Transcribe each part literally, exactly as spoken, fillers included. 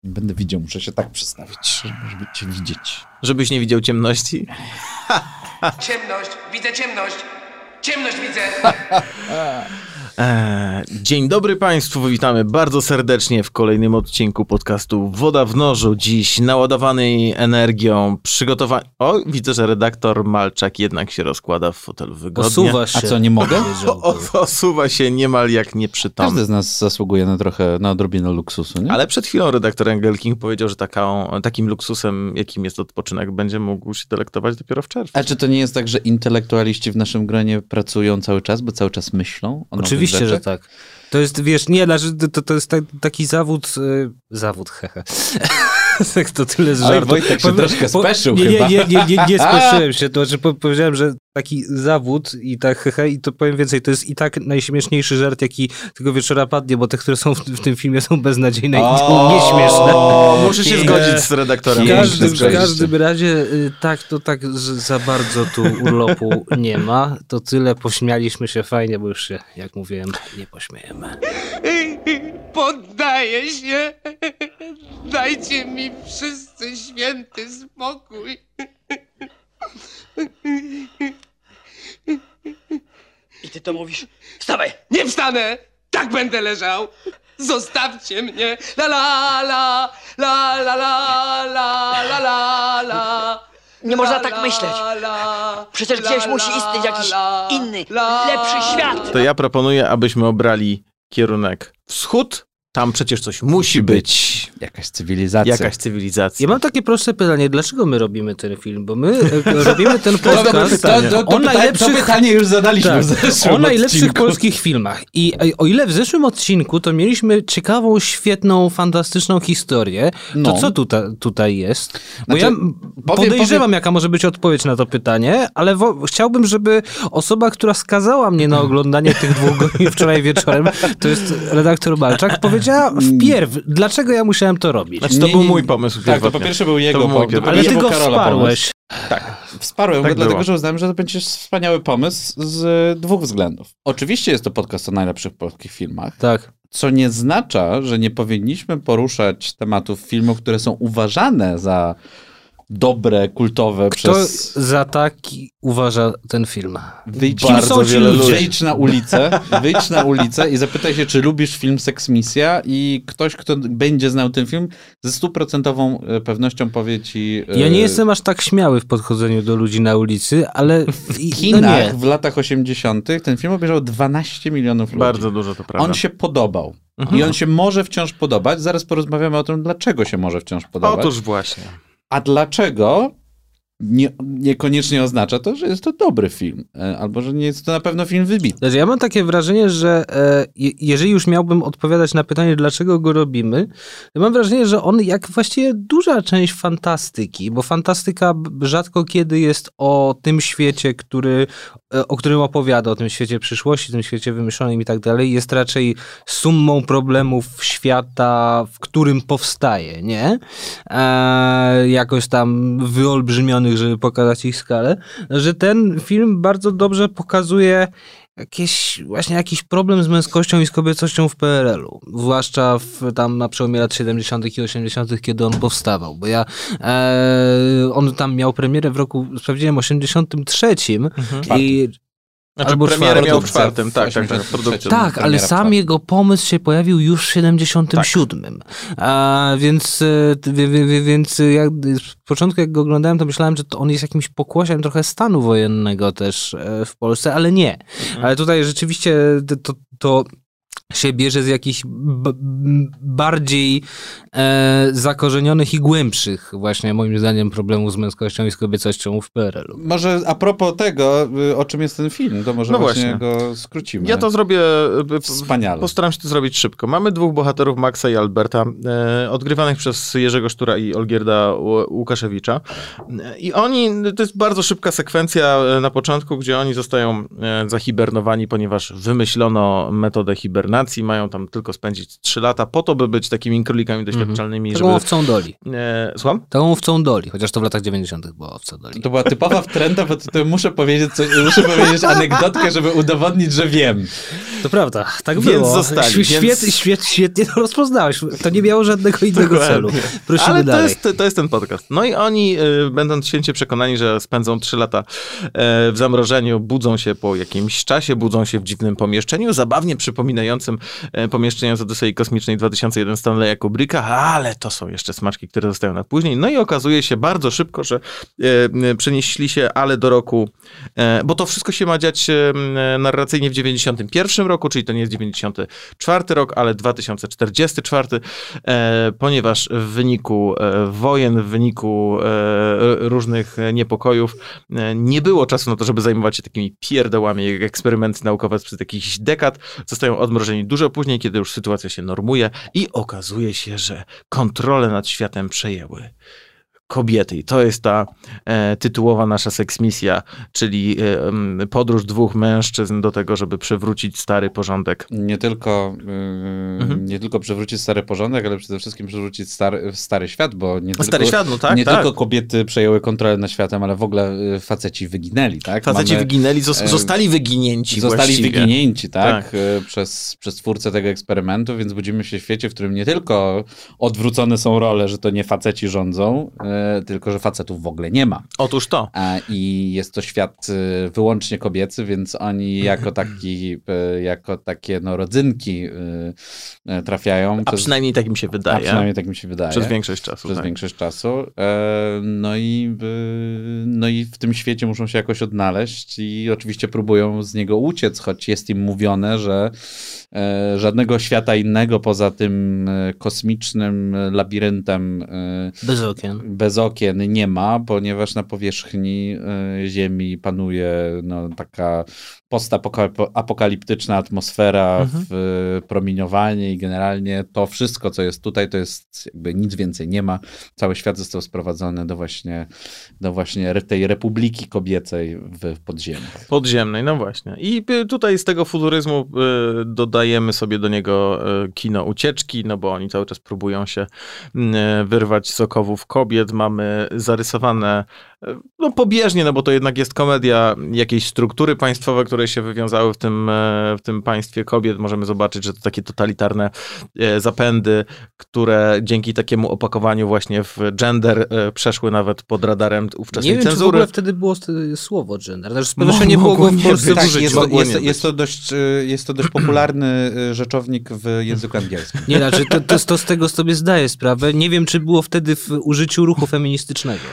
Nie będę widział, muszę się tak przestawić, żeby cię widzieć. Żebyś nie widział ciemności? Ciemność, widzę ciemność. Ciemność widzę. Eee, dzień dobry Państwu, witamy bardzo serdecznie w kolejnym odcinku podcastu Woda w Nożu. Dziś naładowanej energią, przygotowań... O, widzę, że redaktor Malczak jednak się rozkłada w fotelu wygodnie. Osuwa się. A co, nie mogę? O, o, osuwa się niemal jak nieprzytomny. Każdy z nas zasługuje na trochę, na odrobinę luksusu, nie? Ale przed chwilą redaktor Engelking powiedział, że taką, takim luksusem, jakim jest odpoczynek, będzie mógł się delektować dopiero w czerwcu. A czy to nie jest tak, że intelektualiści w naszym gronie pracują cały czas, bo cały czas myślą o Oczywiście, nowych że rzeczach? tak. To jest, wiesz, nie, to, to jest tak, taki zawód, yy, zawód, hehe. To tyle z żartu. Ale Wojtek się po, troszkę po, speszył nie, chyba. Nie, nie, nie, nie, nie spieszyłem się. To, że po, powiedziałem, że taki zawód i tak hehe, i to powiem więcej, to jest i tak najśmieszniejszy żart, jaki tego wieczora padnie, bo te, które są w, w tym filmie, są beznadziejne i nieśmieszne. Muszę się zgodzić z redaktorem. W każdym, w każdym razie y, tak, to tak z, za bardzo tu urlopu nie ma. To tyle, pośmialiśmy się fajnie, bo już się, jak mówiłem, nie pośmiejemy. Poddaję się. Dajcie mi wszyscy święty spokój. I ty to mówisz? Wstawaj! Nie wstanę! Tak będę leżał! Zostawcie mnie! La la la la la la la la la la. Nie można tak myśleć. Przecież gdzieś musi istnieć jakiś inny, lepszy świat. To ja proponuję, abyśmy obrali kierunek wschód. Tam przecież coś musi być. Jakaś cywilizacja. Jakaś cywilizacja. Ja mam takie proste pytanie, dlaczego my robimy ten film? Bo my e, robimy ten podcast to, to, to, to, o najlepszych... to pytanie już zadaliśmy tak, w zeszłym o najlepszych odcinku. polskich filmach. I e, o ile w zeszłym odcinku to mieliśmy ciekawą, świetną, fantastyczną historię, No. to co tuta, tutaj jest? Bo Znaczy, ja powiem- podejrzewam, powiem- jaka może być odpowiedź na to pytanie, ale wo, chciałbym, żeby osoba, która skazała mnie na oglądanie tych dwóch godzin wczoraj wieczorem, to jest redaktor Malczak, powiedziała wpierw, dlaczego ja musiałem to robić. Znaczy, to Nie, był nie, mój pomysł. Tak, to pierwotnie. po pierwsze był jego był mój pomysł. pierwszy. po Ale pierwsze ty był go Karola wsparłeś. Tak, wsparłem Tak go, dlatego było. że uznałem, że to będzie wspaniały pomysł z dwóch względów. Oczywiście jest to podcast o najlepszych polskich filmach, Tak. co nie oznacza, że nie powinniśmy poruszać tematów filmów, które są uważane za dobre, kultowe Kto przez... za taki uważa ten film? Wyjdź, Kim są ci wiele ludzie? Wyjdź na ulicę, wyjdź na ulicę i zapytaj się, czy lubisz film Seks Misja, i ktoś, kto będzie znał ten film, ze stuprocentową pewnością powie ci... Ja nie jestem aż tak śmiały w podchodzeniu do ludzi na ulicy, ale W i- Chinach no nie. w latach osiemdziesiątych ten film obejrzał dwanaście milionów ludzi. Bardzo dużo, to prawda. On się podobał. Mhm. I on się może wciąż podobać. Zaraz porozmawiamy o tym, dlaczego się może wciąż podobać. Otóż właśnie. A dlaczego nie, niekoniecznie oznacza to, że jest to dobry film. E, Albo, że nie jest to na pewno film wybitny. Znaczy, ja mam takie wrażenie, że e, je- jeżeli już miałbym odpowiadać na pytanie, dlaczego go robimy, to mam wrażenie, że on jak właściwie duża część fantastyki, bo fantastyka b- rzadko kiedy jest o tym świecie, który, e, o którym opowiada, o tym świecie przyszłości, tym świecie wymyślonym i tak dalej, jest raczej summą problemów świata, w którym powstaje, nie? E, jakoś tam wyolbrzymionych, żeby pokazać ich skalę, że ten film bardzo dobrze pokazuje jakieś, właśnie jakiś problem z męskością i z kobiecością w P R L u. Zwłaszcza w, tam na przełomie lat siedemdziesiątych i osiemdziesiątych, kiedy on powstawał. Bo ja, e, on tam miał premierę w roku, sprawdziłem, osiemdziesiątym trzecim i Znaczy albo premierę czwartym. miał w czwartym, tak, tak, tak, osiemdziesiątym produkcja. trzecim. tak, ale premiera sam w jego pomysł się pojawił już w siedemdziesiątym siódmym. A, więc, e, wie- wie- wie- więc ja z początku jak go oglądałem, to myślałem, że to on jest jakimś pokłosiem trochę stanu wojennego też e, w Polsce, ale nie. Ale tutaj rzeczywiście to, to się bierze z jakichś b- bardziej e, zakorzenionych i głębszych właśnie moim zdaniem problemów z męskością i z kobiecością w P R L u. Może a propos tego, y, o czym jest ten film, to może No właśnie, właśnie. go skrócimy. Ja to zrobię, e, Wspaniale. postaram się to zrobić szybko. Mamy dwóch bohaterów, Maxa i Alberta, e, odgrywanych przez Jerzego Sztura i Olgierda Ł- Łukaszewicza. E, I oni, to jest bardzo szybka sekwencja e, na początku, gdzie oni zostają e, zahibernowani, ponieważ wymyślono metodę hibernacji. hibernacji, mają tam tylko spędzić trzy lata po to, by być takimi królikami doświadczalnymi. Taką żeby... owcą Doli. E, słucham? Taką owcą Doli, chociaż to w latach dziewięćdziesiątych była owca Doli. To była typowa wtręta, bo to, to muszę powiedzieć coś, muszę powiedzieć anegdotkę, żeby udowodnić, że wiem. To prawda, tak Więc było. zostali, Świe- więc- Świetnie, świetnie, świetnie to rozpoznałeś. To nie miało żadnego innego celu. Prosimy Ale to dalej. jest, to jest ten podcast. No i oni, y, będąc święcie przekonani, że spędzą trzy lata y, w zamrożeniu, budzą się po jakimś czasie, budzą się w dziwnym pomieszczeniu, zabawnie przypominającym y, pomieszczenia z Odysei Kosmicznej dwa tysiące jeden Stanleya Kubricka, ale to są jeszcze smaczki, które zostają na później. No i okazuje się bardzo szybko, że y, y, przenieśli się ale do roku, y, bo to wszystko się ma dziać y, narracyjnie w dziewięćdziesiątym pierwszym roku, czyli to nie jest dziewięćdziesiąty czwarty rok, ale dwa tysiące czterdziesty czwarty, e, ponieważ w wyniku e, wojen, w wyniku e, różnych niepokojów e, nie było czasu na to, żeby zajmować się takimi pierdołami jak eksperymenty naukowe sprzed jakichś dekad. Zostają odmrożeni dużo później, kiedy już sytuacja się normuje i okazuje się, że kontrolę nad światem przejęły kobiety. I to jest ta e, tytułowa nasza seksmisja, czyli e, m, podróż dwóch mężczyzn do tego, żeby przywrócić stary porządek. Nie tylko, yy, Mhm. nie tylko przywrócić stary porządek, ale przede wszystkim przywrócić stary, stary świat, bo nie, Stary tylko, świat, no tak, nie tak. tylko kobiety przejęły kontrolę nad światem, ale w ogóle y, faceci wyginęli, tak? Faceci Mamy- wyginęli, zos- e, zostali wyginięci Zostali właściwie. wyginięci, tak, Tak. y, Przez, przez twórcę tego eksperymentu, więc budzimy się w świecie, w którym nie tylko odwrócone są role, że to nie faceci rządzą, y, tylko że facetów w ogóle nie ma. Otóż to. A, I jest to świat y, wyłącznie kobiecy, więc oni jako taki, y, jako takie no, rodzynki y, y, trafiają. A przez, przynajmniej tak mi się a wydaje. przynajmniej tak mi się wydaje. Przez większość czasu. Przez tak. większość czasu. E, no, i, y, no i w tym świecie muszą się jakoś odnaleźć i oczywiście próbują z niego uciec, choć jest im mówione, że e, żadnego świata innego poza tym e, kosmicznym labiryntem e, Bez okien. bez okien nie ma, ponieważ na powierzchni e, Ziemi panuje no, taka postapokaliptyczna atmosfera, Mhm. w, e, promieniowanie i generalnie to wszystko, co jest tutaj, to jest jakby nic więcej nie ma. Cały świat został sprowadzony do właśnie, do właśnie re- tej republiki kobiecej w, w podziemiach. Podziemnej, no właśnie. I y, tutaj z tego futuryzmu y, dodajemy sobie do niego y, kino ucieczki, no bo oni cały czas próbują się y, wyrwać z okowów kobiet. Mamy zarysowane, y, no pobieżnie, no bo to jednak jest komedia, jakieś struktury państwowe, które się wywiązały w tym, y, w tym państwie kobiet. Możemy zobaczyć, że to takie totalitarne y, zapędy, które dzięki takiemu opakowaniu właśnie w gender y, przeszły nawet pod radarem ówczesnej Nie wiem, czy w cenzury. ogóle wtedy było st- słowo gender. Znaczy, z Mo- pewnością nie było go mogło w nie Polsce być. Tak, użyć. jest, to, mogło jest, nie to, jest, być. to dość, y, jest to dość popularny y, rzeczownik w języku angielskim. Nie, znaczy, to, to, to z tego sobie zdaję sprawę. Nie wiem, czy było wtedy w użyciu ruchu feministycznego.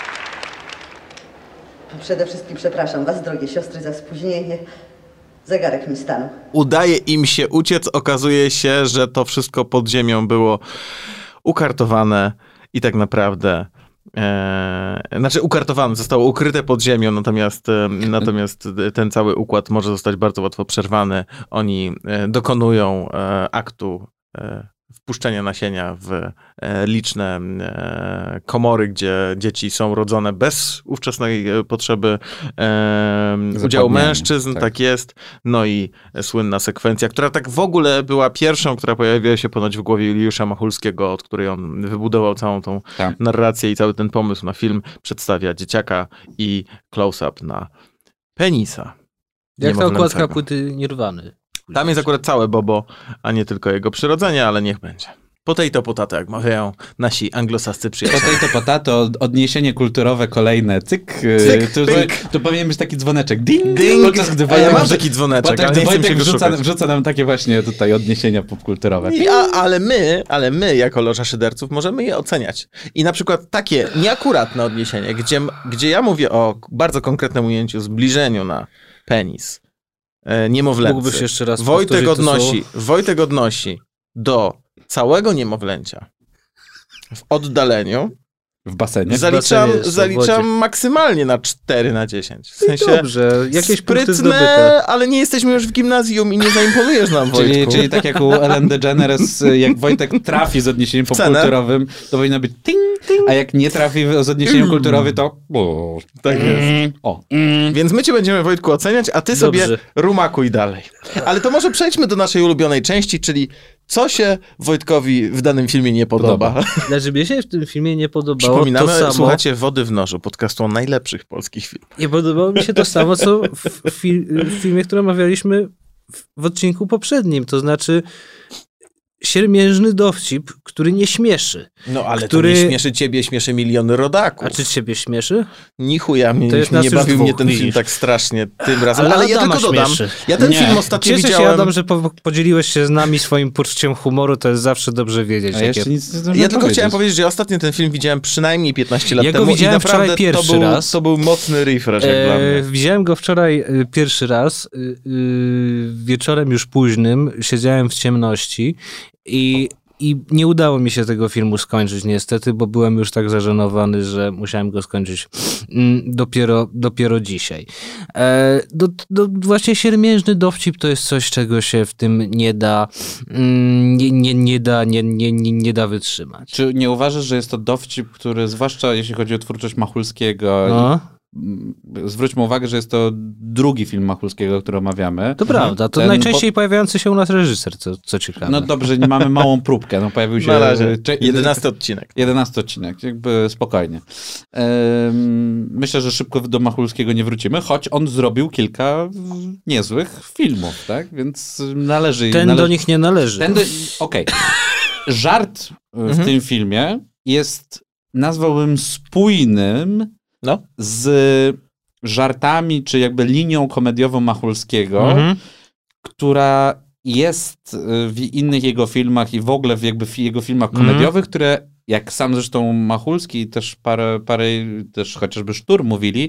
Przede wszystkim przepraszam was, drogie siostry, za spóźnienie. Zegarek mi stanął. Udaje im się uciec, okazuje się, że to wszystko pod ziemią było ukartowane i tak naprawdę e, znaczy ukartowane, zostało ukryte pod ziemią, natomiast, e, natomiast ten cały układ może zostać bardzo łatwo przerwany. Oni e, dokonują e, aktu e, wpuszczenia nasienia w e, liczne e, komory, gdzie dzieci są rodzone bez ówczesnej e, potrzeby e, udziału Zapładniania, mężczyzn, tak. tak. jest. No i słynna sekwencja, która tak w ogóle była pierwszą, która pojawiła się ponoć w głowie Juliusza Machulskiego, od której on wybudował całą tą Tak. narrację i cały ten pomysł na film, przedstawia dzieciaka i close-up na penisa. Jak ta niemowlęcego. okładka płyty Nirwany. Tam jest akurat całe Bobo, a nie tylko jego przyrodzenie, ale niech będzie. Potato potato, jak mawiają nasi anglosascy przyjaciele. Potato, potato, odniesienie kulturowe kolejne, cyk, Cyk, tu, pyk. tu powinien być taki dzwoneczek, ding, Ding. podczas gdy A ja Wojtek, mam taki dzwoneczek, Wojtek, ale nie chcę Wojtek się go wrzuca, szukać. wrzuca nam takie właśnie tutaj odniesienia popkulturowe. I, a, ale my, ale my jako Loża Szyderców możemy je oceniać. I na przykład takie nieakuratne odniesienie, gdzie, gdzie ja mówię o bardzo konkretnym ujęciu, zbliżeniu na penis e, niemowlęcy. Mógłbyś jeszcze raz Wojtek powtórzyć to odnosi, Wojtek odnosi do całego niemowlęcia w oddaleniu W basenie? Zaliczam, basenie jest, w zaliczam wodzie. maksymalnie na cztery na dziesięć. W sensie Dobrze, jakieś punkty sprytne, zdobyte. ale nie jesteśmy już w gimnazjum i nie zaimponujesz nam, Wojtku. Czyli, czyli tak jak u Ellen DeGeneres, jak Wojtek trafi z odniesieniem cenę? popkulturowym, to powinno być ting, ting, a jak nie trafi z odniesieniem kulturowym, to... O, Tak jest. o. Więc my cię będziemy, Wojtku, oceniać, a ty sobie Dobrze. rumakuj dalej. Ale to może przejdźmy do naszej ulubionej części, czyli co się Wojtkowi w danym filmie nie podoba. Podoba. Znaczy, mnie się w tym filmie nie podobało Przypominamy, to samo. słuchacie Wody w nożu, podcastu o najlepszych polskich filmach. Nie podobało mi się to samo, co w, fi w filmie, który omawialiśmy w, w odcinku poprzednim. To znaczy siermiężny dowcip, który nie śmieszy. No ale Który- to nie śmieszy ciebie, śmieszy miliony rodaków. A czy ciebie śmieszy? Ni chuja, mnie, To jest nie nas już bawił mnie dwóch, ten film widzisz. tak strasznie tym razem. Ale, Ale ja Adama tylko dodam, śmieszy. ja ten Nie. film ostatnio Cieszę widziałem... się, Adam, że po podzieliłeś się z nami swoim poczuciem humoru, to jest zawsze dobrze wiedzieć. A jakie- jeszcze nic nie zdążyłem Ja tylko powiedzieć. chciałem powiedzieć, że ja ostatnio ten film widziałem przynajmniej piętnaście lat Ja go temu widziałem i naprawdę wczoraj pierwszy to był, raz. to był mocny refresh jak dla E, mnie. widziałem go wczoraj e, pierwszy raz, e, e, wieczorem już późnym, siedziałem w ciemności i, i nie udało mi się tego filmu skończyć niestety, bo byłem już tak zażenowany, że musiałem go skończyć mm, dopiero, dopiero dzisiaj. E, do, do, właśnie siermiężny dowcip to jest coś, czego się w tym nie da, mm, nie, nie, nie da, nie, nie, nie, nie da wytrzymać. Czy nie uważasz, że jest to dowcip, który, zwłaszcza jeśli chodzi o twórczość Machulskiego, No. i, zwróćmy uwagę, że jest to drugi film Machulskiego, który omawiamy. To prawda, to Ten najczęściej pojawiający się u nas reżyser, co, co ciekawe. No dobrze, nie mamy małą próbkę. No, pojawił się Na razie, cze- jedenasty odcinek. jedenasty odcinek, jakby spokojnie. Ehm, myślę, że szybko do Machulskiego nie wrócimy, choć on zrobił kilka mm, niezłych filmów, tak? Więc należy... Ten należy... do nich nie należy. Ten do... Okej. Żart w Mhm. tym filmie jest, nazwałbym, spójnym No. z żartami, czy jakby linią komediową Machulskiego, Mhm. która jest w innych jego filmach i w ogóle w jakby w jego filmach Mhm. komediowych, które, jak sam zresztą Machulski i też parę, parę też chociażby Sztur mówili,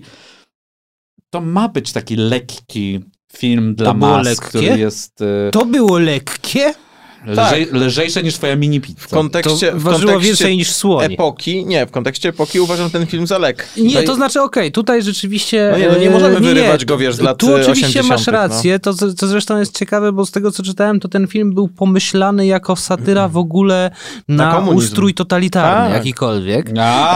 to ma być taki lekki film dla było mas, lekkie? który jest e, To było lekkie? lżej, lżejsze niż twoja mini pizza. W kontekście, To w ważyło kontekście więcej niż słoń. epoki, nie, w kontekście epoki uważam ten film za lekki. Nie, No i- to znaczy okej, tutaj rzeczywiście... No nie, no nie e, możemy wyrywać go, wiesz, z lat Tu oczywiście osiemdziesiątych, masz rację, to co co zresztą jest ciekawe, bo z tego co czytałem, to ten film był pomyślany jako satyra w ogóle na, Na komunizm. ustrój totalitarny, Tak. jakikolwiek.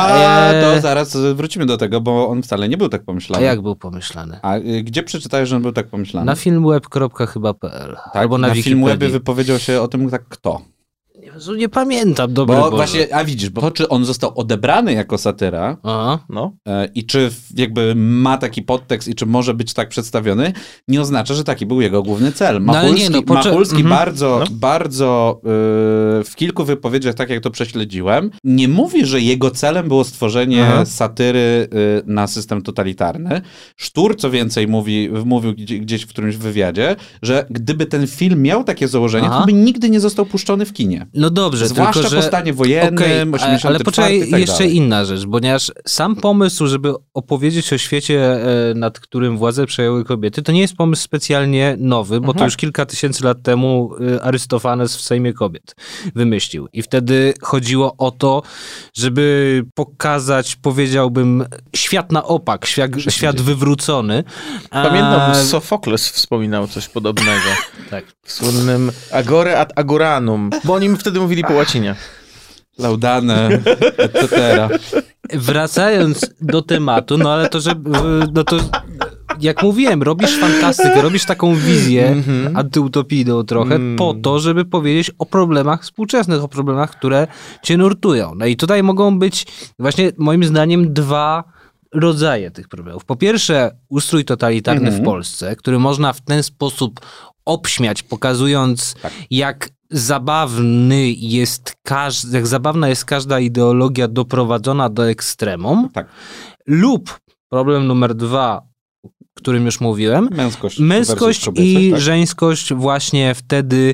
A, Eee. to zaraz wrócimy do tego, bo on wcale nie był tak A pomyślany. jak był pomyślany? A y, gdzie przeczytałeś, że on był tak pomyślany? Na filmweb kropka chyba kropka p l tak, albo na, na Wikipedii. Filmwebie wypowiedział się o tym tak kto. Jezu, nie pamiętam, dobry Bo Boże. właśnie, a widzisz, bo to czy on został odebrany jako satyra Aha. No. e, i czy w- jakby ma taki podtekst i czy może być tak przedstawiony, nie oznacza, że taki był jego główny cel. No ale Machulski, nie, no, poczę- Machulski mhm. bardzo, No. bardzo y, w kilku wypowiedziach, tak jak to prześledziłem, nie mówi, że jego celem było stworzenie Aha. satyry y, na system totalitarny. Sztur, co więcej, mówi, mówił gdzie- gdzieś w którymś wywiadzie, że gdyby ten film miał takie założenie, Aha. to by nigdy nie został puszczony w kinie. No dobrze, Zwłaszcza tylko że... po stanie wojennym, Okej, ale- osiemdziesiątym ale poczekaj, czwartym i tak jeszcze dalej. inna rzecz, ponieważ sam pomysł, żeby opowiedzieć o świecie, e, nad którym władzę przejęły kobiety, to nie jest pomysł specjalnie nowy, bo to Mhm. już kilka tysięcy lat temu e, Arystofanes w Sejmie Kobiet wymyślił. I wtedy chodziło o to, żeby pokazać, powiedziałbym, świat na opak, świat, świat wywrócony. A- Pamiętam, Sofokles wspominał coś podobnego. Tak. W słynnym Agore ad Agoranum, bo oni wtedy mówili po łacinie. Laudane, et cetera. Wracając do tematu, no ale to, że no to jak mówiłem, robisz fantastykę, robisz taką wizję Mhm. antyutopijną trochę Mm. po to, żeby powiedzieć o problemach współczesnych, o problemach, które cię nurtują. No i tutaj mogą być właśnie moim zdaniem dwa rodzaje tych problemów. Po pierwsze, ustrój totalitarny Mhm. w Polsce, który można w ten sposób obśmiać, pokazując Tak. jak zabawny jest każdy, jak zabawna jest każda ideologia doprowadzona do ekstremum, Tak. lub problem numer dwa, o którym już mówiłem, Męskość, męskość versus kobiecość, i tak? żeńskość właśnie wtedy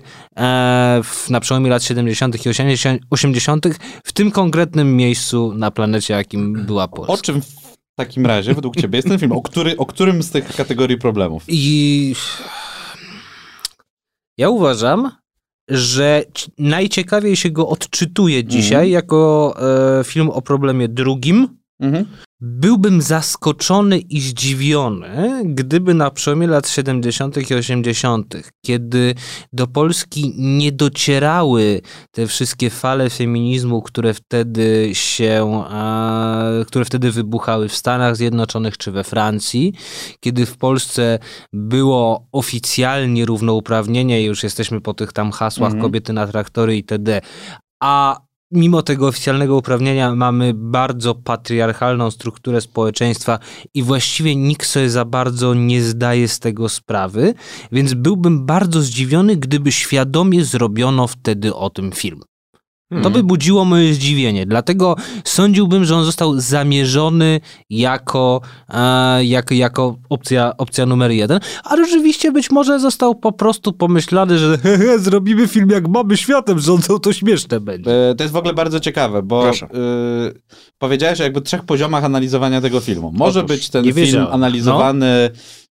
e, w, na przełomie lat siedemdziesiątych i osiemdziesiątych w tym konkretnym miejscu na planecie, jakim była Polska. O czym w takim razie według ciebie jest ten film? O, który, o którym z tych kategorii problemów? I ja uważam, że c- najciekawiej się go odczytuje dzisiaj Mhm. jako e, film o problemie drugim. Mhm. Byłbym zaskoczony i zdziwiony, gdyby na przełomie lat siedemdziesiątych i osiemdziesiątych, kiedy do Polski nie docierały te wszystkie fale feminizmu, które wtedy się, e, które wtedy wybuchały w Stanach Zjednoczonych czy we Francji, kiedy w Polsce było oficjalnie równouprawnienie, już jesteśmy po tych tam hasłach Mhm. kobiety na traktory itd., a mimo tego oficjalnego uprawnienia mamy bardzo patriarchalną strukturę społeczeństwa i właściwie nikt sobie za bardzo nie zdaje z tego sprawy, więc byłbym bardzo zdziwiony, gdyby świadomie zrobiono wtedy o tym film. To by budziło moje zdziwienie, dlatego sądziłbym, że on został zamierzony jako, e, jako, jako opcja, opcja numer jeden, a rzeczywiście być może został po prostu pomyślany, że he, he, zrobimy film jak mamy światem rządzą, to śmieszne będzie. E, To jest w ogóle bardzo ciekawe, bo Proszę. y, powiedziałeś o jakby trzech poziomach analizowania tego filmu. Może Otóż, być ten nie film wiedziałem. analizowany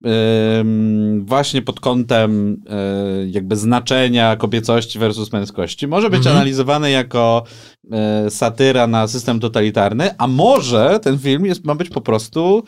ym, właśnie pod kątem y, jakby znaczenia kobiecości versus męskości. Może być Mhm. analizowany jako y, satyra na system totalitarny, a może ten film jest, ma być po prostu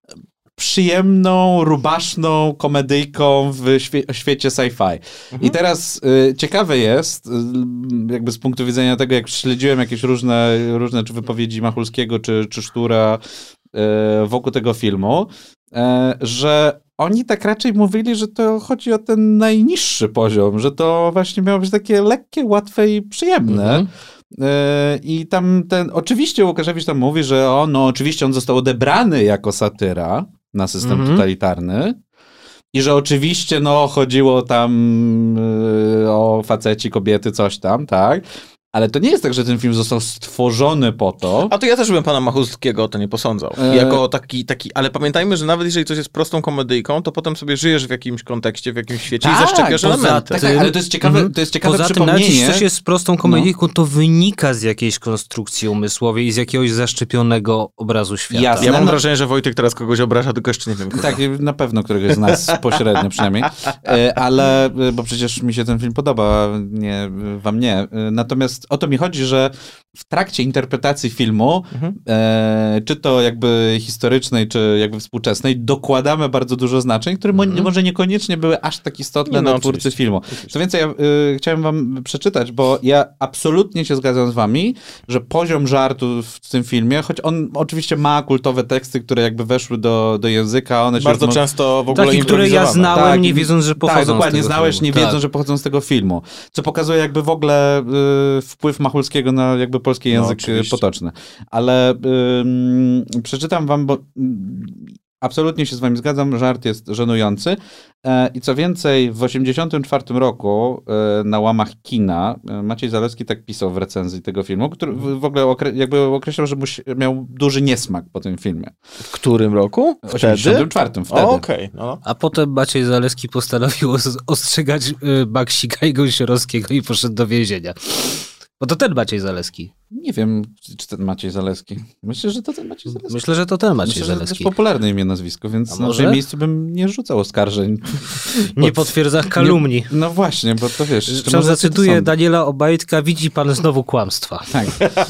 przyjemną, rubaszną komedyjką w świe- świecie sci-fi. I teraz y, ciekawe jest, y, jakby z punktu widzenia tego, jak śledziłem jakieś różne, różne czy wypowiedzi Machulskiego, czy, czy Sztura y, wokół tego filmu, y, że oni tak raczej mówili, że to chodzi o ten najniższy poziom, że to właśnie miało być takie lekkie, łatwe i przyjemne. Mhm. Yy, I tam ten, oczywiście Łukaszewicz tam mówi, że on, no oczywiście on został odebrany jako satyra na system Mhm. totalitarny i że oczywiście no chodziło tam yy, o faceci, kobiety, coś tam, tak? Ale to nie jest tak, że ten film został stworzony po to. A to ja też bym pana Machulskiego o to nie posądzał. E- Jako taki, taki, ale pamiętajmy, że nawet jeżeli coś jest prostą komedyjką, to potem sobie żyjesz w jakimś kontekście, w jakimś świecie i Tak, zaszczepiasz poza elementy. Tak, tak, ale to jest ciekawe, Mhm. to jest ciekawe Poza tym, nawet przypomnienie. jeśli coś jest z prostą komedią, to wynika z jakiejś konstrukcji umysłowej i z jakiegoś zaszczepionego obrazu świata. Jasne. Ja mam no- wrażenie, że Wojtek teraz kogoś obraża, tylko jeszcze nie wiem. kogo. Tak, na pewno któregoś z nas pośrednio przynajmniej, E, ale, e, bo przecież mi się ten film podoba, a nie, wam nie. E, Natomiast o to mi chodzi, że w trakcie interpretacji filmu, Mhm. e, czy to jakby historycznej, czy jakby współczesnej, dokładamy bardzo dużo znaczeń, które mo- Mhm. może niekoniecznie były aż tak istotne Nie, no, dla twórcy oczywiście. filmu. Co więcej, ja y, chciałem wam przeczytać, bo ja absolutnie się zgadzam z wami, że poziom żartu w tym filmie, choć on oczywiście ma kultowe teksty, które jakby weszły do, do języka, one się Bardzo mo- często w ogóle Takie, które ja improwizowane. znałem, Tak, nie wiedząc, że pochodzą Tak, dokładnie, z tego znałeś, filmu. nie Tak. wiedząc, że pochodzą z tego filmu. Co pokazuje jakby w ogóle y, wpływ Machulskiego na jakby polski No, język oczywiście. y, potoczny. Ale y, przeczytam wam, bo y, absolutnie się z wami zgadzam, żart jest żenujący. E, I co więcej, w osiemdziesiątym czwartym roku e, na łamach kina e, Maciej Zalewski tak pisał w recenzji tego filmu, który w w ogóle okre- jakby określał, że musi, miał duży niesmak po tym filmie. W którym roku? W osiemdziesiątym czwartym, wtedy. O, Okej, no. A potem Maciej Zaleski postanowił os- ostrzegać y, Maksika i Gąsiorowskiego i poszedł do więzienia. Bo to ten Maciej Zaleski. Nie wiem, czy ten Maciej Zaleski. Myślę, że to ten Maciej Zaleski. Myślę, że to ten Maciej Myślę, że to też Zaleski. popularne imię, nazwisko, więc A na może? tym miejscu bym nie rzucał oskarżeń. Nie potwierdza kalumnii. Nie, no właśnie, bo to wiesz... jeszcze Zresztą może zacytuję to są- Daniela Obajtka, widzi pan znowu kłamstwa. Tak.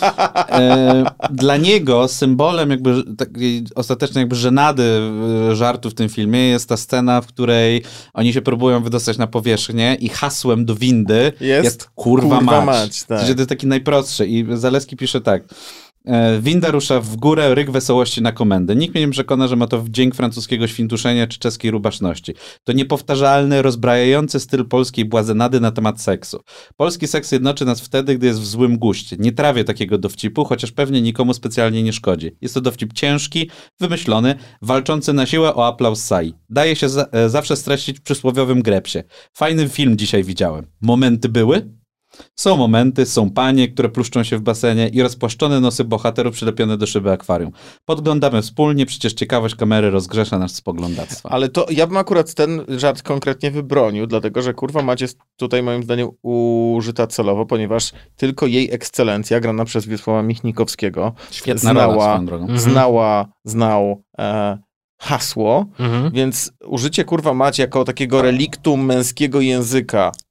E, dla niego symbolem jakby takiej ostatecznej jakby żenady e, żartu w tym filmie jest ta scena, w której oni się próbują wydostać na powierzchnię i hasłem do windy jest, Jest kurwa, kurwa mać. mać, tak. W sensie to jest taki najprostszy i Zaleski pisze tak. E, Winda rusza w górę, ryk wesołości na komendę. Nikt mnie nie przekona, że ma to wdzięk francuskiego świntuszenia czy czeskiej rubaszności. To niepowtarzalny, rozbrajający styl polskiej błazenady na temat seksu. Polski seks jednoczy nas wtedy, gdy jest w złym guście. Nie trawię takiego dowcipu, chociaż pewnie nikomu specjalnie nie szkodzi. Jest to dowcip ciężki, wymyślony, walczący na siłę o aplauz sali. Daje się za, e, zawsze streścić w przysłowiowym grepsie. Fajny film dzisiaj widziałem. Momenty były? Są momenty, są panie, które pluszczą się w basenie i rozpłaszczone nosy bohaterów przylepione do szyby akwarium. Podglądamy wspólnie, przecież ciekawość kamery rozgrzesza nas spoglądactwa. Ale to ja bym akurat ten żart konkretnie wybronił, dlatego że kurwa mać jest tutaj moim zdaniem użyta celowo, ponieważ tylko jej ekscelencja, grana przez Wiesława Michnikowskiego, Świetna rola znała, swoją drogą. znała, znał e, hasło, Mhm. więc użycie kurwa mać jako takiego reliktu męskiego języka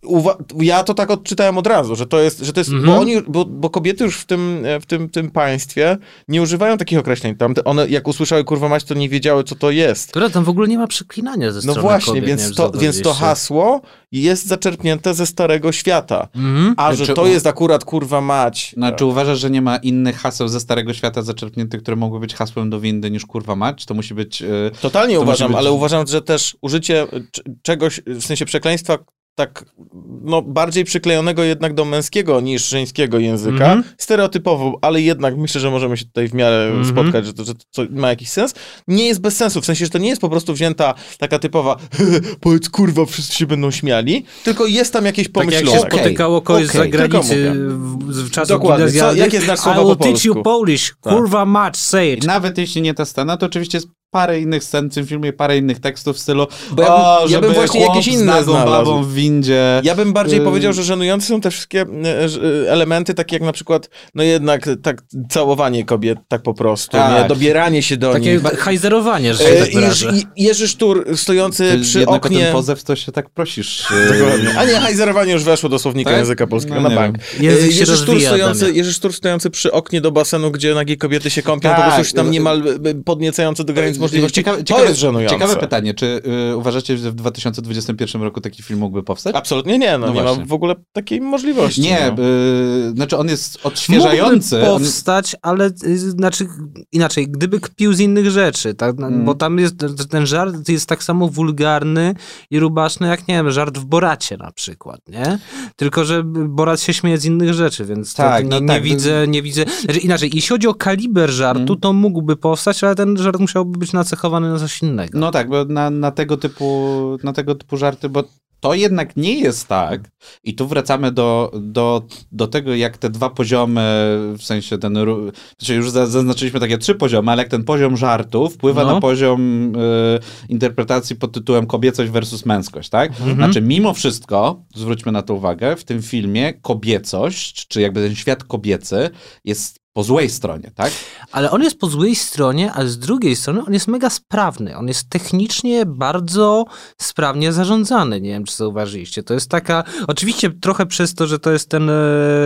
Uwa- ja to tak odczytałem od razu, że to jest, że to jest Mhm. bo, oni, bo, bo kobiety już w tym, w tym, tym państwie nie używają takich określeń. Tam one jak usłyszały kurwa mać, to nie wiedziały, co to jest. Która tam w ogóle nie ma przeklinania ze No strony właśnie, kobiet, nie więc, wiem, to, czy więc to zauważyliście. hasło jest zaczerpnięte ze Starego Świata. Mhm. A że Znaczy, to u- jest akurat kurwa mać. Znaczy uważasz, że nie ma innych haseł ze Starego Świata zaczerpniętych, które mogły być hasłem do windy niż kurwa mać? To musi być... Yy, Totalnie to uważam, musi być- ale uważam, że też użycie c- czegoś, w sensie przekleństwa tak no, bardziej przyklejonego jednak do męskiego niż żeńskiego języka, Mhm. stereotypowo, ale jednak myślę, że możemy się tutaj w miarę Mhm. spotkać, że to, że to ma jakiś sens, nie jest bez sensu, w sensie, że to nie jest po prostu wzięta taka typowa powiedz kurwa, wszyscy się będą śmiali, tylko jest tam jakieś Tak jak pomyślone. się spotykało kogoś okej, z zagranicy tylko w, w czasach Dokładnie. Co- gimnazjalnych. jakie znasz słowa I will po teach you polsku? Polish. Tak. Kurwa mać, say it. Nawet jeśli nie ta scena, to oczywiście jest parę innych scen w tym filmie, parę innych tekstów w stylu Bo ja bym- o, ja żeby bym właśnie chłop jakieś z inne nagą znalazł. babą w windzie. Ja bym bardziej Y- powiedział, że żenujące są te wszystkie e, że, e, elementy, takie jak na przykład, no jednak tak całowanie kobiet, tak po prostu, Tak. nie? Dobieranie się do Takie nich. hajzerowanie, że się E, tak wyrażę. Jerzy, Jerzy Sztur stojący Ty przy jednak oknie. o ten pozew to się tak prosisz. Dokładnie. A nie, hajzerowanie już weszło do słownika Tak? języka polskiego No, na nie bank. Język E, się Jerzy Sztur, rozwija, stojący, Damian. Jerzy Sztur stojący przy oknie do basenu, gdzie nagie kobiety się kąpią, Tak. po prostu się tam niemal e, podniecające do granic możliwości. Ciekawe, to ciekawe, jest żenujące. ciekawe pytanie, czy y, uważacie, że w dwa tysiące dwudziestym pierwszym roku taki film mógłby powstać? Absolutnie nie, no, No nie właśnie. ma w ogóle takiej możliwości. Nie, no. y, znaczy on jest odświeżający. Mógłby On, powstać, ale y, znaczy inaczej, gdyby kpił z innych rzeczy, tak? No, Mm. Bo tam jest, ten żart jest tak samo wulgarny i rubaszny, jak nie wiem, żart w Boracie na przykład, nie? Tylko, że Borat się śmieje z innych rzeczy, więc to Tak, nie, no nie tak. widzę, nie widzę. Znaczy inaczej, jeśli chodzi o kaliber żartu, Mm. to mógłby powstać, ale ten żart musiałby być nacechowany na coś innego. no tak, bo na, na, tego typu, na tego typu żarty, bo to jednak nie jest tak, i tu wracamy do, do, do tego, jak te dwa poziomy, w sensie ten, ru- znaczy już za- zaznaczyliśmy takie trzy poziomy, ale jak ten poziom żartu wpływa No. na poziom y, interpretacji pod tytułem kobiecość versus męskość, tak? Mhm. Znaczy mimo wszystko, zwróćmy na to uwagę, w tym filmie kobiecość, czy jakby ten świat kobiecy jest po złej stronie, tak? Ale on jest po złej stronie, ale z drugiej strony on jest mega sprawny. On jest technicznie bardzo sprawnie zarządzany. Nie wiem, czy zauważyliście. To jest taka, oczywiście trochę przez to, że to jest ten, e,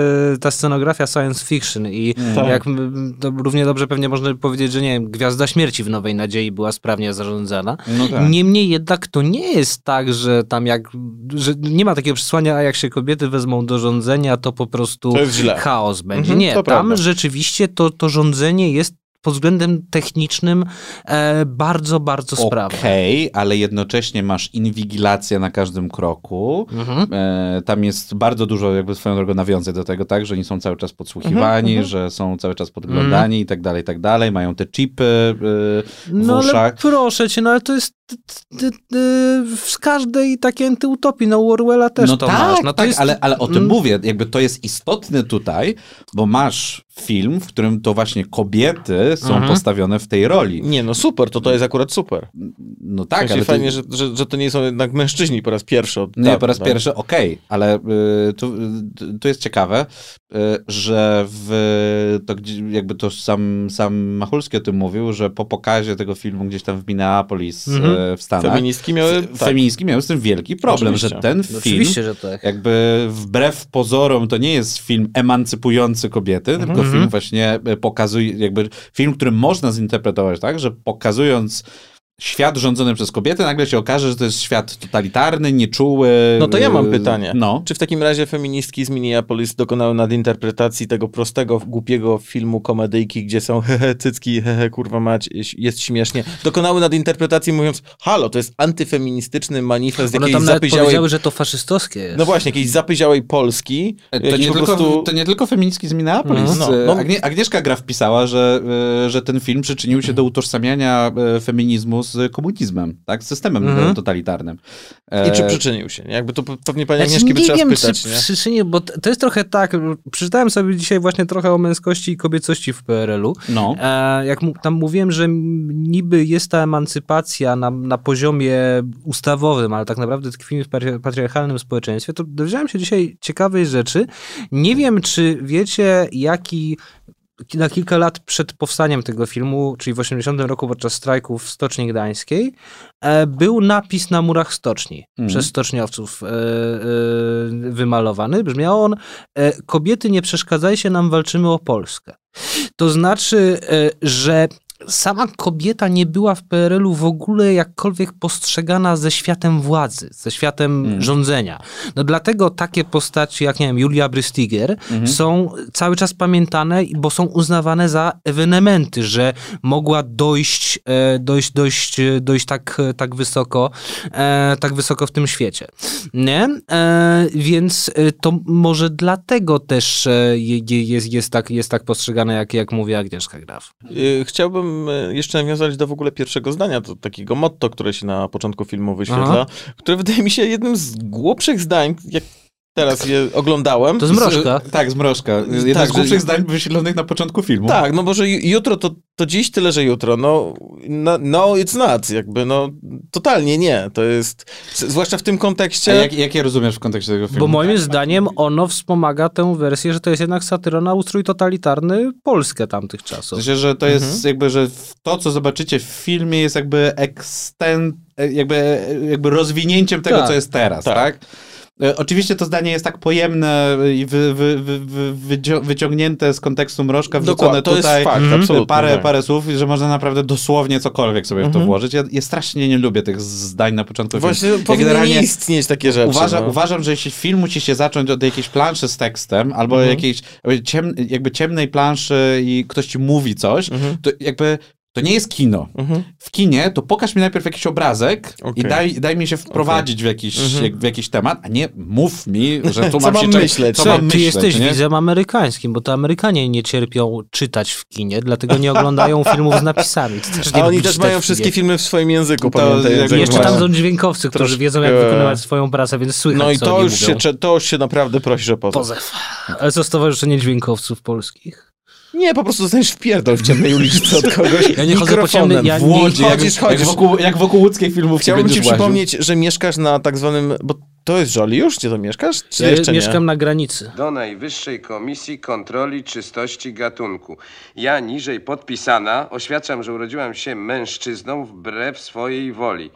ta scenografia science fiction i Tak. jak m, to równie dobrze pewnie można by powiedzieć, że nie wiem, Gwiazda Śmierci w Nowej Nadziei była sprawnie zarządzana. No tak. Niemniej jednak to nie jest tak, że tam jak, że nie ma takiego przesłania, a jak się kobiety wezmą do rządzenia, to po prostu To jest źle. chaos będzie. Mhm, nie, to tam prawda. rzeczywiście to, to rządzenie jest pod względem technicznym e, bardzo, bardzo sprawne. Okej, ale jednocześnie masz inwigilację na każdym kroku. Mhm. E, tam jest bardzo dużo jakby swoją drogą nawiązań do tego, tak, że oni są cały czas podsłuchiwani, Mhm, że są cały czas podglądani i tak dalej, i tak dalej. Mają te chipy e, w No ale uszach. proszę cię, no ale to jest t- t- t- w każdej takiej antyutopii, no u Orwella też no to tak, masz. No to tak, jest, ale, ale o tym Mm. mówię, jakby to jest istotne tutaj, bo masz film, w którym to właśnie kobiety są Mhm. postawione w tej roli. Nie, no super, to to jest akurat super. No Tak, tak, w sensie ale fajnie, ty, że, że, że to nie są jednak mężczyźni po raz pierwszy. Od nie, dawna, po raz tak? pierwszy, okej, ale y, tu, y, tu jest ciekawe, y, że w, to gdzie- jakby to sam, sam Machulski o tym mówił, że po pokazie tego filmu gdzieś tam w Minneapolis Mhm. y, w Stanach, Feministki miały... f- feministki miały z tym wielki problem, Oczywiście. że ten No film oczywiście, że tak. jakby wbrew pozorom to nie jest film emancypujący kobiety, tylko Mhm. film właśnie pokazuje, jakby film, który można zinterpretować tak, że pokazując świat rządzony przez kobiety, nagle się okaże, że to jest świat totalitarny, nieczuły. No to ja mam yy, pytanie. No. Czy w takim razie feministki z Minneapolis dokonały nadinterpretacji tego prostego, głupiego filmu komedyjki, gdzie są hehe, cycki, hehe, kurwa mać, jest śmiesznie. Dokonały nadinterpretacji mówiąc, halo, to jest antyfeministyczny manifest One jakiejś tam nawet zapyziałej... powiedziały, że to faszystowskie jest. No właśnie, jakiejś zapyziałej Polski. To jakiś nie, po tylko, prostu... to nie tylko feministki z Minneapolis. No, no. Agnie, Agnieszka Graf pisała, że, yy, że ten film przyczynił się do utożsamiania yy, feminizmu z komunizmem, tak? Z systemem Mhm. yy, totalitarnym. I czy E, przyczynił się? Jakby to pewnie pani Znaczy, Agnieszki by nie trzeba wiem, spytać, czy nie? przyczynił, bo t- to jest trochę tak, przeczytałem sobie dzisiaj właśnie trochę o męskości i kobiecości w P R L u. No. E, jak mu, tam mówiłem, że m- niby jest ta emancypacja na, na poziomie ustawowym, ale tak naprawdę tkwimy w patri- patriarchalnym społeczeństwie, to dowiedziałem się dzisiaj ciekawej rzeczy. Nie wiem, czy wiecie, jaki na kilka lat przed powstaniem tego filmu, czyli w osiemdziesiątym roku podczas strajków w Stoczni Gdańskiej, e, był napis na murach stoczni mm. przez stoczniowców e, e, wymalowany. Brzmiał on: e, kobiety, nie przeszkadzajcie nam, walczymy o Polskę. To znaczy, e, że sama kobieta nie była w P R L u w ogóle jakkolwiek postrzegana ze światem władzy, ze światem mm. rządzenia. No dlatego takie postaci jak, nie wiem, Julia Brystiger mm-hmm. są cały czas pamiętane, bo są uznawane za ewenementy, że mogła dojść, dojść, dojść, dojść tak, tak wysoko, tak wysoko w tym świecie. Nie? Więc to może dlatego też jest, jest, tak, jest tak postrzegane, jak, jak mówi Agnieszka Graf. Chciałbym jeszcze nawiązać do w ogóle pierwszego zdania, do takiego motto, które się na początku filmu wyświetla, Aha. które wydaje mi się jednym z głupszych zdań, jak teraz je oglądałem. To z Mrożka. Z, tak, z Mrożka. Jeden tak, z głupszych że... zdań wyświetlonych na początku filmu. Tak, no bo że jutro to, to dziś, tyle, że jutro. No, no, no it's not. Jakby, no, totalnie nie. To jest, zwłaszcza w tym kontekście... A jak, jak je rozumiesz w kontekście tego filmu? Bo moim zdaniem ono wspomaga tę wersję, że to jest jednak satyra na ustrój totalitarny Polskę tamtych czasów. W sensie, że to jest mhm. jakby, że to, co zobaczycie w filmie, jest jakby eksten... jakby, jakby rozwinięciem tego, tak. co jest teraz, tak? tak? Oczywiście to zdanie jest tak pojemne i wy, wy, wy, wy, wyciągnięte z kontekstu Mrożka, wrzucone to tutaj jest fakt, absolutnie, parę, tak. parę słów, że można naprawdę dosłownie cokolwiek sobie w to włożyć. Ja, ja strasznie nie lubię tych zdań na początku Właśnie filmu. Właśnie ja powinny istnieć takie rzeczy. Uważam, no. uważam, że jeśli film musi się zacząć od jakiejś planszy z tekstem, albo mhm. jakiejś ciem, jakby ciemnej planszy i ktoś ci mówi coś, mhm. to jakby to nie jest kino. Mhm. W kinie to pokaż mi najpierw jakiś obrazek okay. i daj, daj mi się wprowadzić okay. w, jakiś, mhm. jak, w jakiś temat, a nie mów mi, że tu mam, mam się myśleć. Co czy, mam czy myśleć, jesteś nie? widzem amerykańskim, bo to Amerykanie nie cierpią czytać w kinie, dlatego nie oglądają filmów z napisami. Też a oni też mają wszystkie filmy w swoim języku, to, pamiętaj. Jeszcze tam są dźwiękowcy, którzy Troszkę... wiedzą, jak wykonywać swoją pracę, więc słychać, No i co to oni już, się, to już się naprawdę prosi o pozew. Pozew. Ale co stowarzyszenie dźwiękowców polskich? Nie, po prostu dostaniesz wpierdol w ciemnej uliczce od kogoś. Ja nie chodzę po ciemnej, ja w Łodzi, nie chodzisz, jak, chodzisz. Jak, wokół, jak wokół łódzkiej filmówki Chciałbym ci łaził. przypomnieć, że mieszkasz na tak zwanym, bo to jest Żoli już, gdzie to mieszkasz? Czy ja jeszcze mieszkam nie? na granicy. Do Najwyższej Komisji Kontroli Czystości Gatunku. Ja, niżej podpisana, oświadczam, że urodziłam się mężczyzną wbrew swojej woli.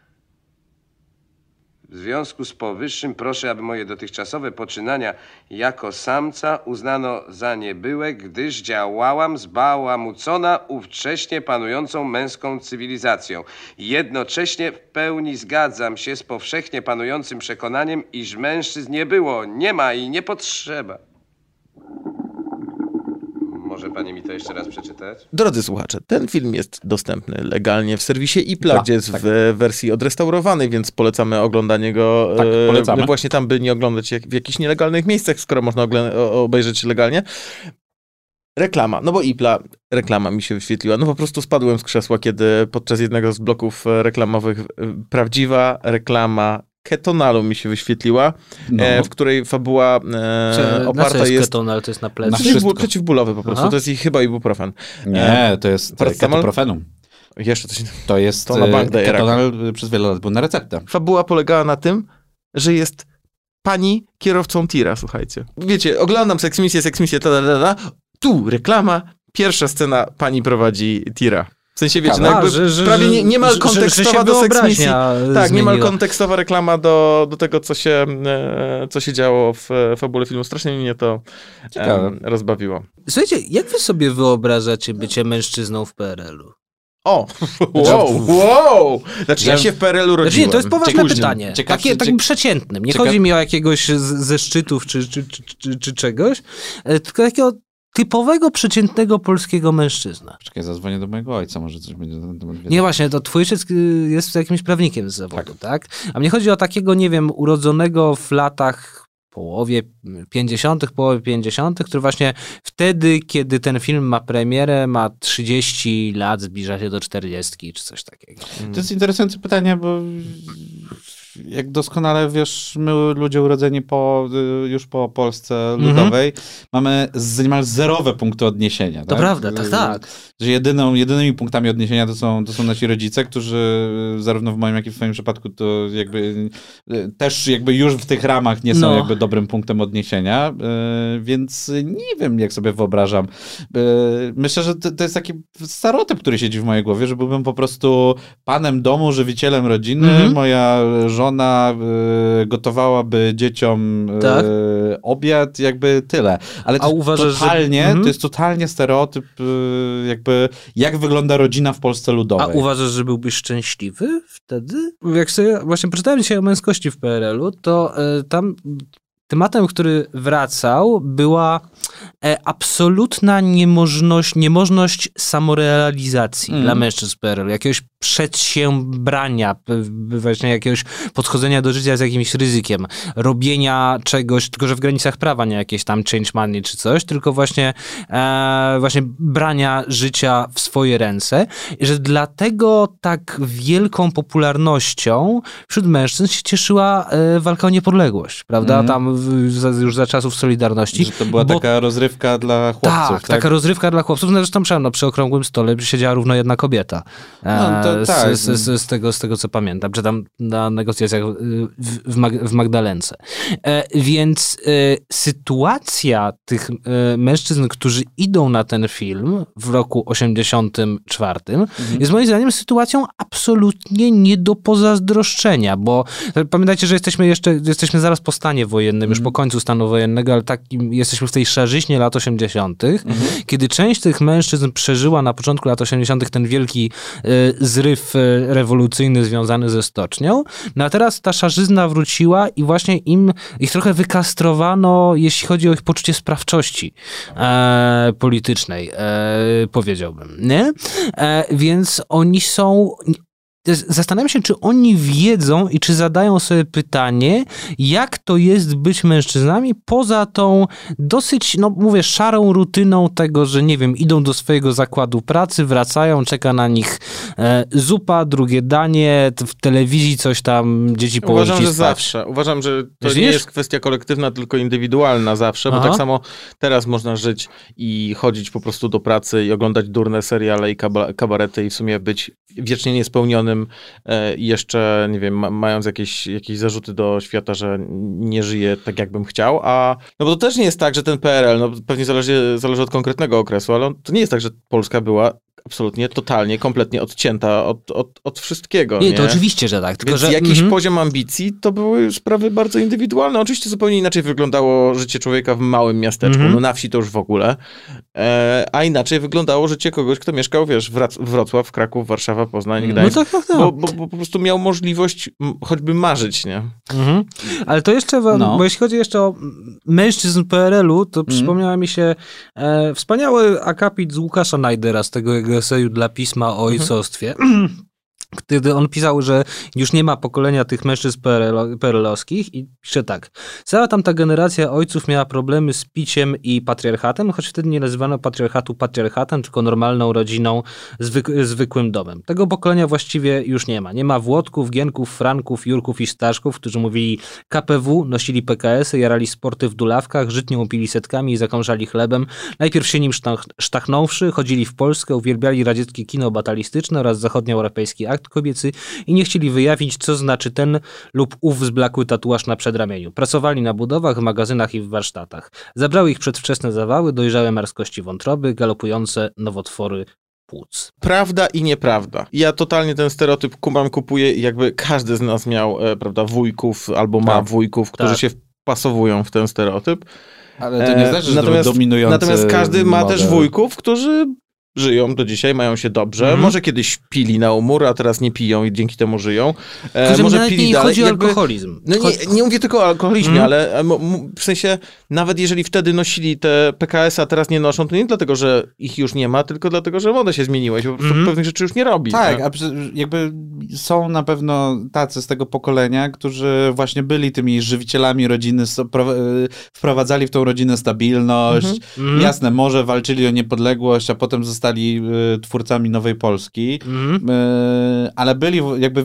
W związku z powyższym proszę, aby moje dotychczasowe poczynania jako samca uznano za niebyłe, gdyż działałam zbałamucona ówcześnie panującą męską cywilizacją. Jednocześnie w pełni zgadzam się z powszechnie panującym przekonaniem, iż mężczyzn nie było, nie ma i nie potrzeba. Może pani mi to jeszcze raz przeczytać? Drodzy słuchacze, ten film jest dostępny legalnie w serwisie i Pla, gdzie jest tak. w wersji odrestaurowanej, więc polecamy oglądanie go tak, polecamy. E, właśnie tam, by nie oglądać jak, w jakichś nielegalnych miejscach, skoro można obejrzeć legalnie. Reklama, no bo Ipla, reklama mi się wyświetliła. No po prostu spadłem z krzesła, kiedy podczas jednego z bloków reklamowych prawdziwa reklama Ketonalu mi się wyświetliła, no. e, w której fabuła e, oparta jest... jest Ketonal, to jest na plecy? Przeciw, przeciwbólowy po prostu, Aha. to jest ich chyba ibuprofen. Nie, to jest ketoprofenum. Jeszcze coś... To jest to na bank daje Ketonal przez wiele lat był na receptę. Fabuła polegała na tym, że jest pani kierowcą tira, słuchajcie. Wiecie, oglądam seksmisję, seksmisję, ta, ta, ta, ta. Tu reklama, pierwsza scena, pani prowadzi tira. W sensie, wiecie, no jakby że, że, prawie nie, niemal kontekstowa że, że do seksmisji. Tak, niemal kontekstowa reklama do, do tego, co się, e, co się działo w fabule filmu. Strasznie mnie to e, rozbawiło. Słuchajcie, jak wy sobie wyobrażacie bycie mężczyzną w P R L u? O, wow, wow! Znaczy, ja się w P R L u rodziłem. Znaczy, nie, to jest poważne Ciekawszy, pytanie. Ciekawszy, Takie, takim przeciętnym. Nie ciekaw... chodzi mi o jakiegoś z, ze szczytów czy, czy, czy, czy, czy czegoś, tylko takiego typowego, przeciętnego polskiego mężczyzna. Czekaj, zadzwonię do mojego ojca, może coś będzie na ten temat wiedział. Nie, właśnie, to twój ojciec jest jakimś prawnikiem z zawodu, tak. tak? A mnie chodzi o takiego, nie wiem, urodzonego w latach połowie pięćdziesiątych, połowie pięćdziesiątych, który właśnie wtedy, kiedy ten film ma premierę, ma trzydzieści lat, zbliża się do czterdziestki, czy coś takiego. To jest interesujące pytanie, bo jak doskonale wiesz, my ludzie urodzeni po, już po Polsce Ludowej mhm. mamy z, niemal zerowe punkty odniesienia. To tak? prawda, tak, tak. Że jedyną, jedynymi punktami odniesienia to są, to są nasi rodzice, którzy zarówno w moim, jak i w twoim przypadku to jakby też jakby już w tych ramach nie są no. jakby dobrym punktem odniesienia, więc nie wiem, jak sobie wyobrażam. Myślę, że to, to jest taki stereotyp, który siedzi w mojej głowie, że byłbym po prostu panem domu, żywicielem rodziny, mm-hmm. moja żona y, gotowałaby dzieciom y, tak. obiad, jakby tyle. Ale to, uważasz, totalnie, że... mm-hmm. to jest totalnie stereotyp y, jakby jak wygląda rodzina w Polsce Ludowej. A uważasz, że byłbyś szczęśliwy wtedy? Jak sobie właśnie przeczytałem dzisiaj o męskości w P R L u, to y, tam tematem, który wracał, była e, absolutna niemożność, niemożność samorealizacji mm. dla mężczyzn w P R L u, jakiegoś przedsiębrania, właśnie jakiegoś podchodzenia do życia z jakimś ryzykiem, robienia czegoś, tylko że w granicach prawa, nie jakieś tam change money czy coś, tylko właśnie, e, właśnie brania życia w swoje ręce. I że dlatego tak wielką popularnością wśród mężczyzn się cieszyła e, walka o niepodległość, prawda? Mm. Tam w, za, już za czasów Solidarności. Że to była bo, taka rozrywka dla chłopców. Tak, tak, taka rozrywka dla chłopców. No zresztą no, przy okrągłym stole siedziała równo jedna kobieta. E, no, to tak. Z, z, z, tego, z tego, co pamiętam, czy tam na negocjacjach w, w, Mag- w Magdalence. E, więc e, sytuacja tych e, mężczyzn, którzy idą na ten film w roku osiemdziesiątym czwartym mhm. jest moim zdaniem sytuacją absolutnie nie do pozazdroszczenia, bo pamiętajcie, że jesteśmy jeszcze, jesteśmy zaraz po stanie wojennym, mhm. już po końcu stanu wojennego, ale tak jesteśmy w tej szarzyźnie lat osiemdziesiątych, mhm. kiedy część tych mężczyzn przeżyła na początku lat osiemdziesiątych ten wielki e, zryw rewolucyjny związany ze stocznią, no a teraz ta szarzyzna wróciła i właśnie im, ich trochę wykastrowano, jeśli chodzi o ich poczucie sprawczości e, politycznej, e, powiedziałbym, nie? E, więc oni są... Zastanawiam się, czy oni wiedzą i czy zadają sobie pytanie, jak to jest być mężczyznami poza tą dosyć, no mówię, szarą rutyną tego, że nie wiem, idą do swojego zakładu pracy, wracają, czeka na nich e, zupa, drugie danie, w telewizji coś tam, dzieci położyć Uważam, i że spać. zawsze. Uważam, że to Wiesz? nie jest kwestia kolektywna, tylko indywidualna zawsze, bo Aha. tak samo teraz można żyć i chodzić po prostu do pracy i oglądać durne seriale i kaba- kabarety i w sumie być wiecznie niespełnionym i jeszcze, nie wiem, ma, mając jakieś, jakieś zarzuty do świata, że nie żyje tak, jakbym chciał, a no bo to też nie jest tak, że ten P R L, no pewnie zależy, zależy od konkretnego okresu, ale on, to nie jest tak, że Polska była absolutnie, totalnie, kompletnie odcięta od, od, od wszystkiego. Nie, nie, to oczywiście, że tak. Tylko, Więc że jakiś mm-hmm. poziom ambicji to były sprawy bardzo indywidualne. Oczywiście zupełnie inaczej wyglądało życie człowieka w małym miasteczku, mm-hmm. no na wsi to już w ogóle, e, a inaczej wyglądało życie kogoś, kto mieszkał, wiesz, Wrocław, Kraków, Warszawa, Poznań, Gdańsk, no tak, tak, tak. Bo, bo, bo po prostu miał możliwość m, choćby marzyć, nie? Mhm. Ale to jeszcze, no. bo jeśli chodzi jeszcze o mężczyzn P R L u, to mm. przypomniała mi się e, wspaniały akapit z Łukasza Najdera z tego jego eseju dla Pisma o ojcostwie. Kiedy on pisał, że już nie ma pokolenia tych mężczyzn P R L-owskich i pisze tak. Cała tamta generacja ojców miała problemy z piciem i patriarchatem, choć wtedy nie nazywano patriarchatu patriarchatem, tylko normalną rodziną, zwyk- zwykłym domem. Tego pokolenia właściwie już nie ma. Nie ma Włodków, Gienków, Franków, Jurków i Staszków, którzy mówili K P W, nosili P K S y, jarali sporty w dulawkach, żytnią upili setkami i zakąszali chlebem. Najpierw się nim sztach- sztachnąwszy, chodzili w Polskę, uwielbiali radzieckie kino batalistyczne oraz zachodnioeuropejski akt kobiecy i nie chcieli wyjawić, co znaczy ten lub ów zblakły tatuaż na przedramieniu. Pracowali na budowach, w magazynach i w warsztatach. Zabrały ich przedwczesne zawały, dojrzałe marskości wątroby, galopujące nowotwory płuc. Prawda i nieprawda. Ja totalnie ten stereotyp kumam, kupuję i jakby każdy z nas miał, e, prawda, wujków albo ma tak. wujków, którzy tak. się wpasowują w ten stereotyp. Ale to nie znaczy, że natomiast, to dominujący Natomiast każdy ma model. też wujków, którzy żyją do dzisiaj, mają się dobrze. Mm. Może kiedyś pili na umór, a teraz nie piją i dzięki temu żyją. E, może pili nie dalej. chodzi o jakby, alkoholizm. No nie, nie mówię tylko o alkoholizmie, mm. ale m, m, w sensie nawet jeżeli wtedy nosili te P K S y, a teraz nie noszą, to nie dlatego, że ich już nie ma, tylko dlatego, że moda się zmieniła i się po prostu mm. pewnych rzeczy już nie robi. Tak, nie? a jakby są na pewno tacy z tego pokolenia, którzy właśnie byli tymi żywicielami rodziny, wprowadzali w tą rodzinę stabilność. Mm. Jasne, może walczyli o niepodległość, a potem zostali twórcami Nowej Polski, mm. ale byli jakby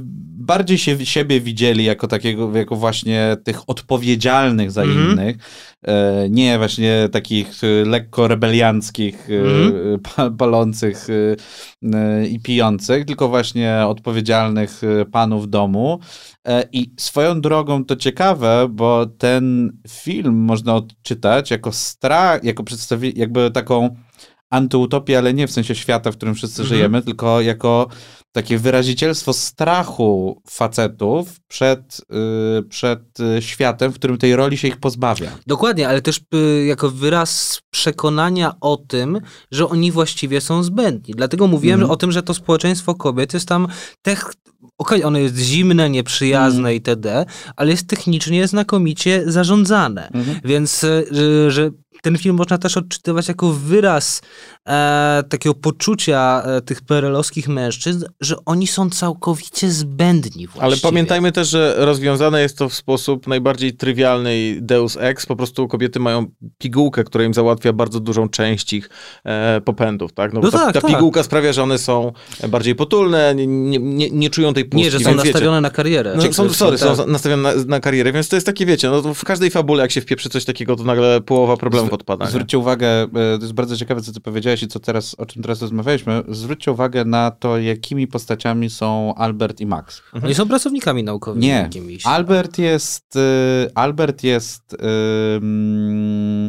bardziej się, siebie widzieli jako takiego, jako właśnie tych odpowiedzialnych za Mhm. innych, e, nie właśnie takich e, lekko rebelianckich, e, Mhm. pa, palących e, e, i pijących, tylko właśnie odpowiedzialnych e, panów domu. E, I swoją drogą to ciekawe, bo ten film można odczytać jako strach, jako przedstawienie, jakby taką antyutopię, ale nie w sensie świata, w którym wszyscy Mhm. żyjemy, tylko jako takie wyrazicielstwo strachu facetów przed, y, przed y, światem, w którym tej roli się ich pozbawia. Dokładnie, ale też y, jako wyraz przekonania o tym, że oni właściwie są zbędni. Dlatego mówiłem Mhm. o tym, że to społeczeństwo kobiet jest tam... Tech... Okej, ono jest zimne, nieprzyjazne itd., ale jest technicznie znakomicie zarządzane. Mhm. Więc y, że, że ten film można też odczytywać jako wyraz e, takiego poczucia e, tych perelowskich mężczyzn, że oni są całkowicie zbędni właściwie. Ale pamiętajmy też, że rozwiązane jest to w sposób najbardziej trywialny i deus ex. Po prostu kobiety mają pigułkę, która im załatwia bardzo dużą część ich e, popędów, tak? No bo No ta, tak, ta tak. pigułka sprawia, że one są bardziej potulne, nie, nie, nie, nie czują tej pustki. Nie, że są więc wiecie, nastawione na karierę. No, są, sorry, tak. są nastawione na, na karierę, więc to jest takie, wiecie, no to w każdej fabule, jak się wpieprzy coś takiego, to nagle połowa problemów odpada. nie? Zwróćcie uwagę, e, to jest bardzo ciekawe, co ty powiedziałeś i co teraz, o czym teraz rozmawialiśmy. Zwróćcie uwagę na to, jakimi postaciami są Albert i Max. Oni są pracownikami naukowymi Nie. jakimiś. Albert jest y, Albert jest y, mm,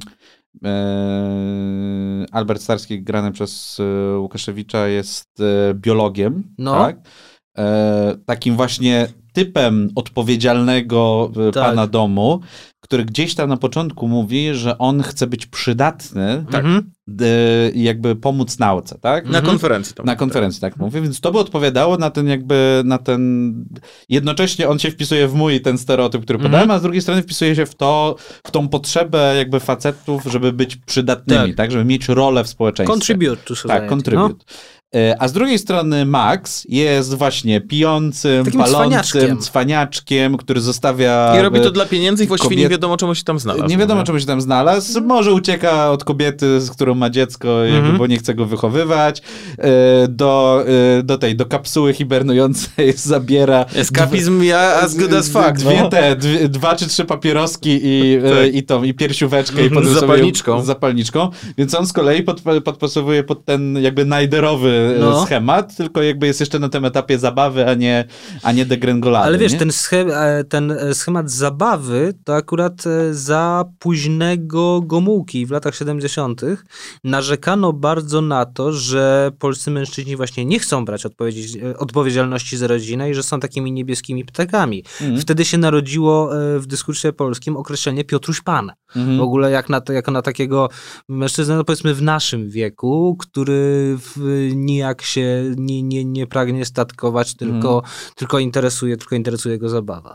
y, Albert Starski, grany przez y, Łukaszewicza, jest y, biologiem, No. tak? E, takim właśnie typem odpowiedzialnego y, Tak. pana domu, który gdzieś tam na początku mówi, że on chce być przydatny, tak, Mhm. y, jakby pomóc nauce, tak? Na konferencji. Tam, Na konferencji, tak mówię, więc to by odpowiadało na ten jakby, na ten, jednocześnie on się wpisuje w mój ten stereotyp, który Mhm. podałem, a z drugiej strony wpisuje się w to, w tą potrzebę jakby facetów, żeby być przydatnymi, tak, Tak. żeby mieć rolę w społeczeństwie. Contribute to society. Tak, contribute. E, A z drugiej strony Max jest właśnie pijącym, Takim palącym, cwaniaczkiem. cwaniaczkiem, który zostawia... I robi to e, dla pieniędzy i właściwie kobiet- nie wiadomo, czemu się tam znalazł. Nie wiadomo, nie? czemu się tam znalazł. Może ucieka od kobiety, z którą ma dziecko, jakby, Mhm. bo nie chce go wychowywać. E, Do, e, do tej, do kapsuły hibernującej zabiera... Eskapizm ja as good as fuck. Dwie no. te, dwie, dwa czy trzy papieroski i, e, Tak. i tą, i piersióweczkę i Mhm, potem z sobie- zapalniczką. z zapalniczką. Więc on z kolei pod, podpasowuje pod ten jakby najderowy e, No. schemat, tylko jakby jest jeszcze na tym etapie zabawy, a nie, a nie degrengolady. Ale wiesz, nie? ten, schem, e, ten e, schemat zabawy to akurat e, za późnego Gomułki w latach siedemdziesiątych narzekano bardzo na to, że polscy mężczyźni właśnie nie chcą brać odpowiedzi, e, odpowiedzialności za rodzinę i że są takimi niebieskimi ptakami. Mhm. Wtedy się narodziło e, w dyskursie polskim określenie Piotruś Pan. Mhm. W ogóle jak na, to, jako na takiego mężczyznę, no powiedzmy w naszym wieku, który w, nijak się nie, nie, nie pragnie statkować, tylko, tylko, interesuje, tylko interesuje go zabawa.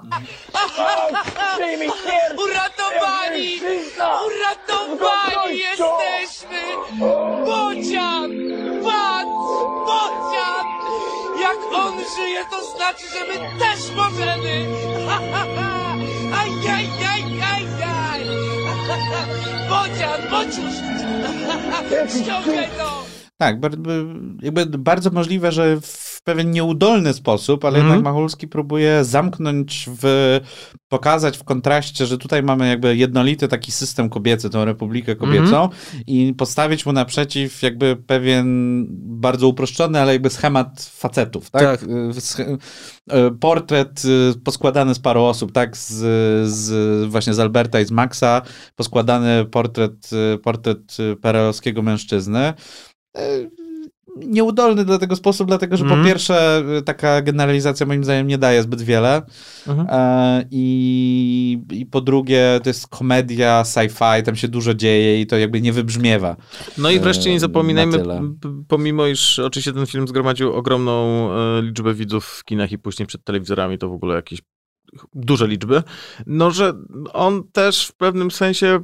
Uratowani! Uratowani jesteśmy! Bocian! Patrz! Bocian! Jak on żyje, to znaczy, że my też możemy! Ajajajajaj! Bocian! Bociusz! Ściągaj to! Tak, bar- jakby bardzo możliwe, że w pewien nieudolny sposób, ale Mhm. jednak Machulski próbuje zamknąć, w, pokazać w kontraście, że tutaj mamy jakby jednolity taki system kobiecy, tą republikę kobiecą i postawić mu naprzeciw jakby pewien bardzo uproszczony, ale jakby schemat facetów, tak? Tak. Y, sch- y, Portret y, poskładany z paru osób, tak? Z, z właśnie z Alberta i z Maxa, poskładany portret, y, portret y, perelowskiego mężczyzny. Nieudolny do tego sposób, dlatego że Mhm. po pierwsze taka generalizacja moim zdaniem nie daje zbyt wiele Mhm. e, i, i po drugie to jest komedia, sci-fi, tam się dużo dzieje i to jakby nie wybrzmiewa. No i wreszcie nie E, zapominajmy, na tyle. p- pomimo iż oczywiście ten film zgromadził ogromną e, liczbę widzów w kinach i później przed telewizorami, to w ogóle jakieś duże liczby, no że on też w pewnym sensie,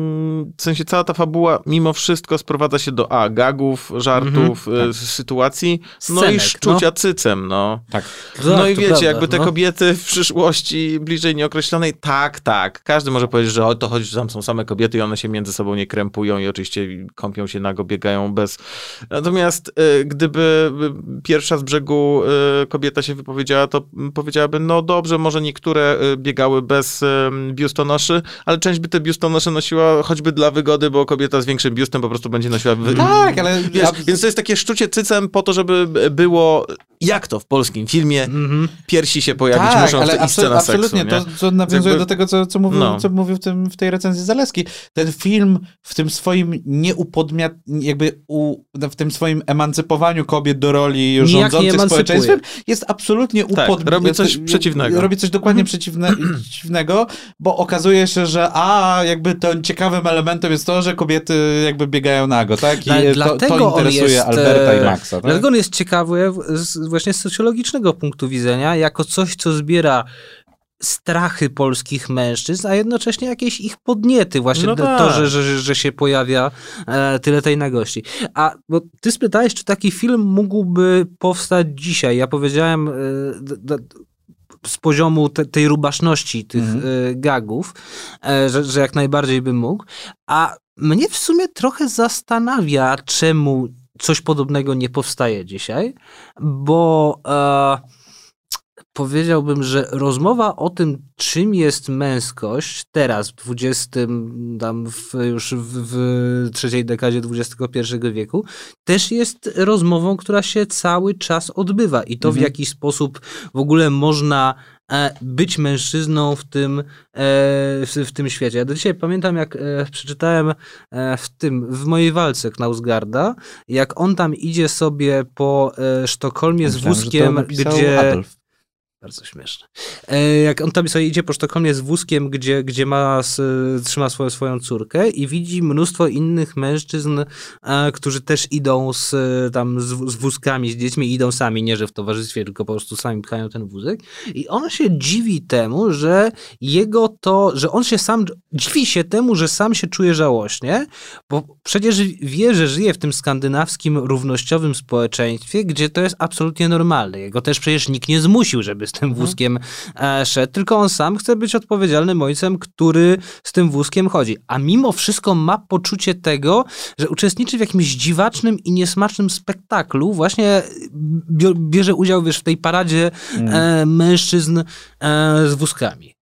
w sensie cała ta fabuła mimo wszystko sprowadza się do a, gagów, żartów, mm-hmm, tak. sytuacji, no Scenek, i szczucia no. cycem, no. Tak. No tak, i wiecie, prawda, jakby te no. kobiety w przyszłości bliżej nieokreślonej, tak, tak. Każdy może powiedzieć, że o to chodzi, że tam są same kobiety i one się między sobą nie krępują i oczywiście kąpią się nago, biegają bez... Natomiast y, gdyby pierwsza z brzegu y, kobieta się wypowiedziała, to powiedziałaby, no dobrze, może niektóre y, biegały bez y, biustonoszy, ale część by te biustonosze nosiła choćby dla wygody, bo kobieta z większym biustem po prostu będzie nosiła... Wy... Tak, ale... Wiesz, a... Więc to jest takie szczucie cycem po to, żeby było, jak to w polskim filmie, mm-hmm. piersi się pojawić tak, muszą ale w tej scena absolutnie, seksu, to, to nawiązuje jakby... do tego, co, co mówił, no. co mówił w, tym, w tej recenzji Zaleski. Ten film w tym swoim nieupodmiat... jakby u, w tym swoim emancypowaniu kobiet do roli już rządzących społeczeństwem jest absolutnie upodmiat... Tak, robi coś przeciwnego. Robi coś dokładnie przeciwne, przeciwnego, bo okazuje się, że a, jakby tym ciekawym elementem jest to, że kobiety jakby biegają nago, tak? I Dla, to, to interesuje jest, Alberta i Maxa, tak? Dlatego on jest ciekawy z, właśnie z socjologicznego punktu widzenia, jako coś, co zbiera strachy polskich mężczyzn, a jednocześnie jakieś ich podniety, właśnie no tak. to, że, że, że się pojawia e, tyle tej nagości. A bo ty spytałeś, czy taki film mógłby powstać dzisiaj. Ja powiedziałem e, d, d, z poziomu te, tej rubaszności tych mhm. e, gagów, e, że, że jak najbardziej by mógł, a mnie w sumie trochę zastanawia, czemu coś podobnego nie powstaje dzisiaj, bo e, powiedziałbym, że rozmowa o tym, czym jest męskość teraz w dwudziestym, tam w, już w, w trzeciej dekadzie dwudziestego pierwszego wieku, też jest rozmową, która się cały czas odbywa i to mhm. w jaki sposób w ogóle można e, być mężczyzną w tym, e, w, w tym świecie. Ja do dzisiaj pamiętam, jak e, przeczytałem e, w tym, w mojej walce Knausgarda, jak on tam idzie sobie po e, Sztokholmie z wózkiem, gdzie... Adolf. Bardzo śmieszne. Jak on tam sobie idzie po Sztokholmie z wózkiem, gdzie, gdzie ma, trzyma swoją, swoją córkę i widzi mnóstwo innych mężczyzn, którzy też idą z, tam z, z wózkami, z dziećmi, idą sami, nie że w towarzystwie, tylko po prostu sami pchają ten wózek. I on się dziwi temu, że jego to, że on się sam, dziwi się temu, że sam się czuje żałośnie, bo przecież wie, że żyje w tym skandynawskim, równościowym społeczeństwie, gdzie to jest absolutnie normalne. Jego też przecież nikt nie zmusił, żeby z tym wózkiem e, szedł, tylko on sam chce być odpowiedzialnym ojcem, który z tym wózkiem chodzi. A mimo wszystko ma poczucie tego, że uczestniczy w jakimś dziwacznym i niesmacznym spektaklu, właśnie bierze udział, wiesz, w tej paradzie e, mężczyzn e, z wózkami.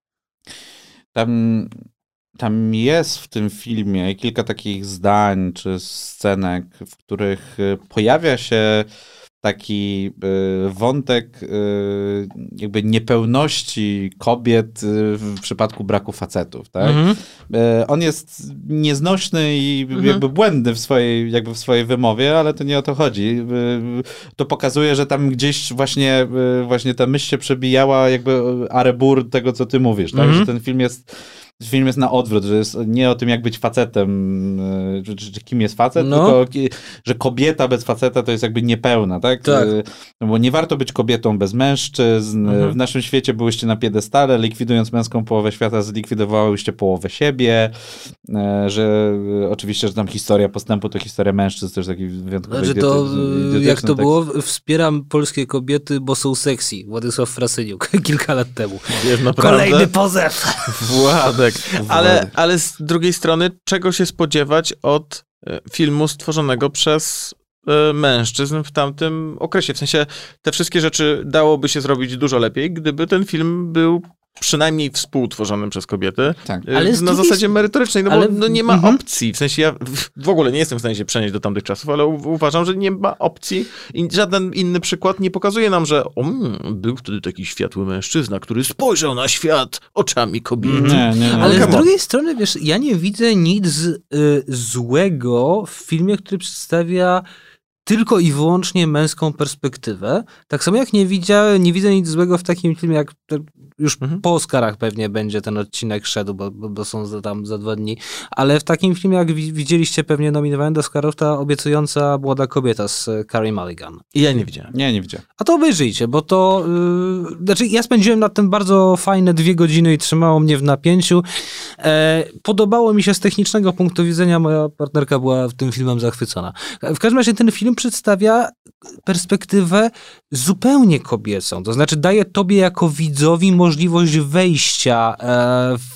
Tam, tam jest w tym filmie kilka takich zdań czy scenek, w których pojawia się taki y, wątek y, jakby niepełności kobiet y, w przypadku braku facetów, tak? Mm-hmm. Y, on jest nieznośny i mm-hmm. jakby błędny w swojej, jakby w swojej wymowie, ale to nie o to chodzi. Y, to pokazuje, że tam gdzieś właśnie, y, właśnie ta myśl się przebijała jakby arebur tego, co ty mówisz, tak? Mm-hmm. Że ten film jest Film jest na odwrót, że jest nie o tym, jak być facetem, czy, czy, czy kim jest facet, no. tylko że kobieta bez faceta to jest jakby niepełna, tak? tak. No bo nie warto być kobietą bez mężczyzn. Mhm. W naszym świecie byłyście na piedestale, likwidując męską połowę świata, zlikwidowałyście połowę siebie, że oczywiście, że tam historia postępu to historia mężczyzn, też taki wyjątkowy znaczy to, jak to tak. było, wspieram polskie kobiety, bo są sexy. Władysław Frasyniuk kilka lat temu. Kolejny pozew! Władek. Ale, ale z drugiej strony, czego się spodziewać od filmu stworzonego przez mężczyzn w tamtym okresie? W sensie, te wszystkie rzeczy dałoby się zrobić dużo lepiej, gdyby ten film był przynajmniej współtworzonym przez kobiety, tak. ale na zasadzie merytorycznej, no ale... bo no nie ma mhm. opcji. W sensie ja w ogóle nie jestem w stanie się przenieść do tamtych czasów, ale u- uważam, że nie ma opcji i żaden inny przykład nie pokazuje nam, że o, był wtedy taki światły mężczyzna, który spojrzał na świat oczami kobiety. Nie, nie, nie. Ale z drugiej strony, wiesz, ja nie widzę nic y, złego w filmie, który przedstawia tylko i wyłącznie męską perspektywę. Tak samo jak nie widziałem, nie widzę nic złego w takim filmie, jak już mhm. po Oscarach pewnie będzie ten odcinek szedł, bo, bo, bo są za, tam za dwa dni, ale w takim filmie, jak widzieliście pewnie nominowany do Oscarów, ta obiecująca młoda kobieta z Carey Mulligan. I ja nie widziałem. Nie, nie widziałem. A to obejrzyjcie, bo to... Yy, znaczy ja spędziłem nad tym bardzo fajne dwie godziny i trzymało mnie w napięciu. E, podobało mi się z technicznego punktu widzenia, moja partnerka była tym filmem zachwycona. W każdym razie ten film przedstawia perspektywę zupełnie kobiecą. To znaczy daje tobie jako widzowi możliwość wejścia w,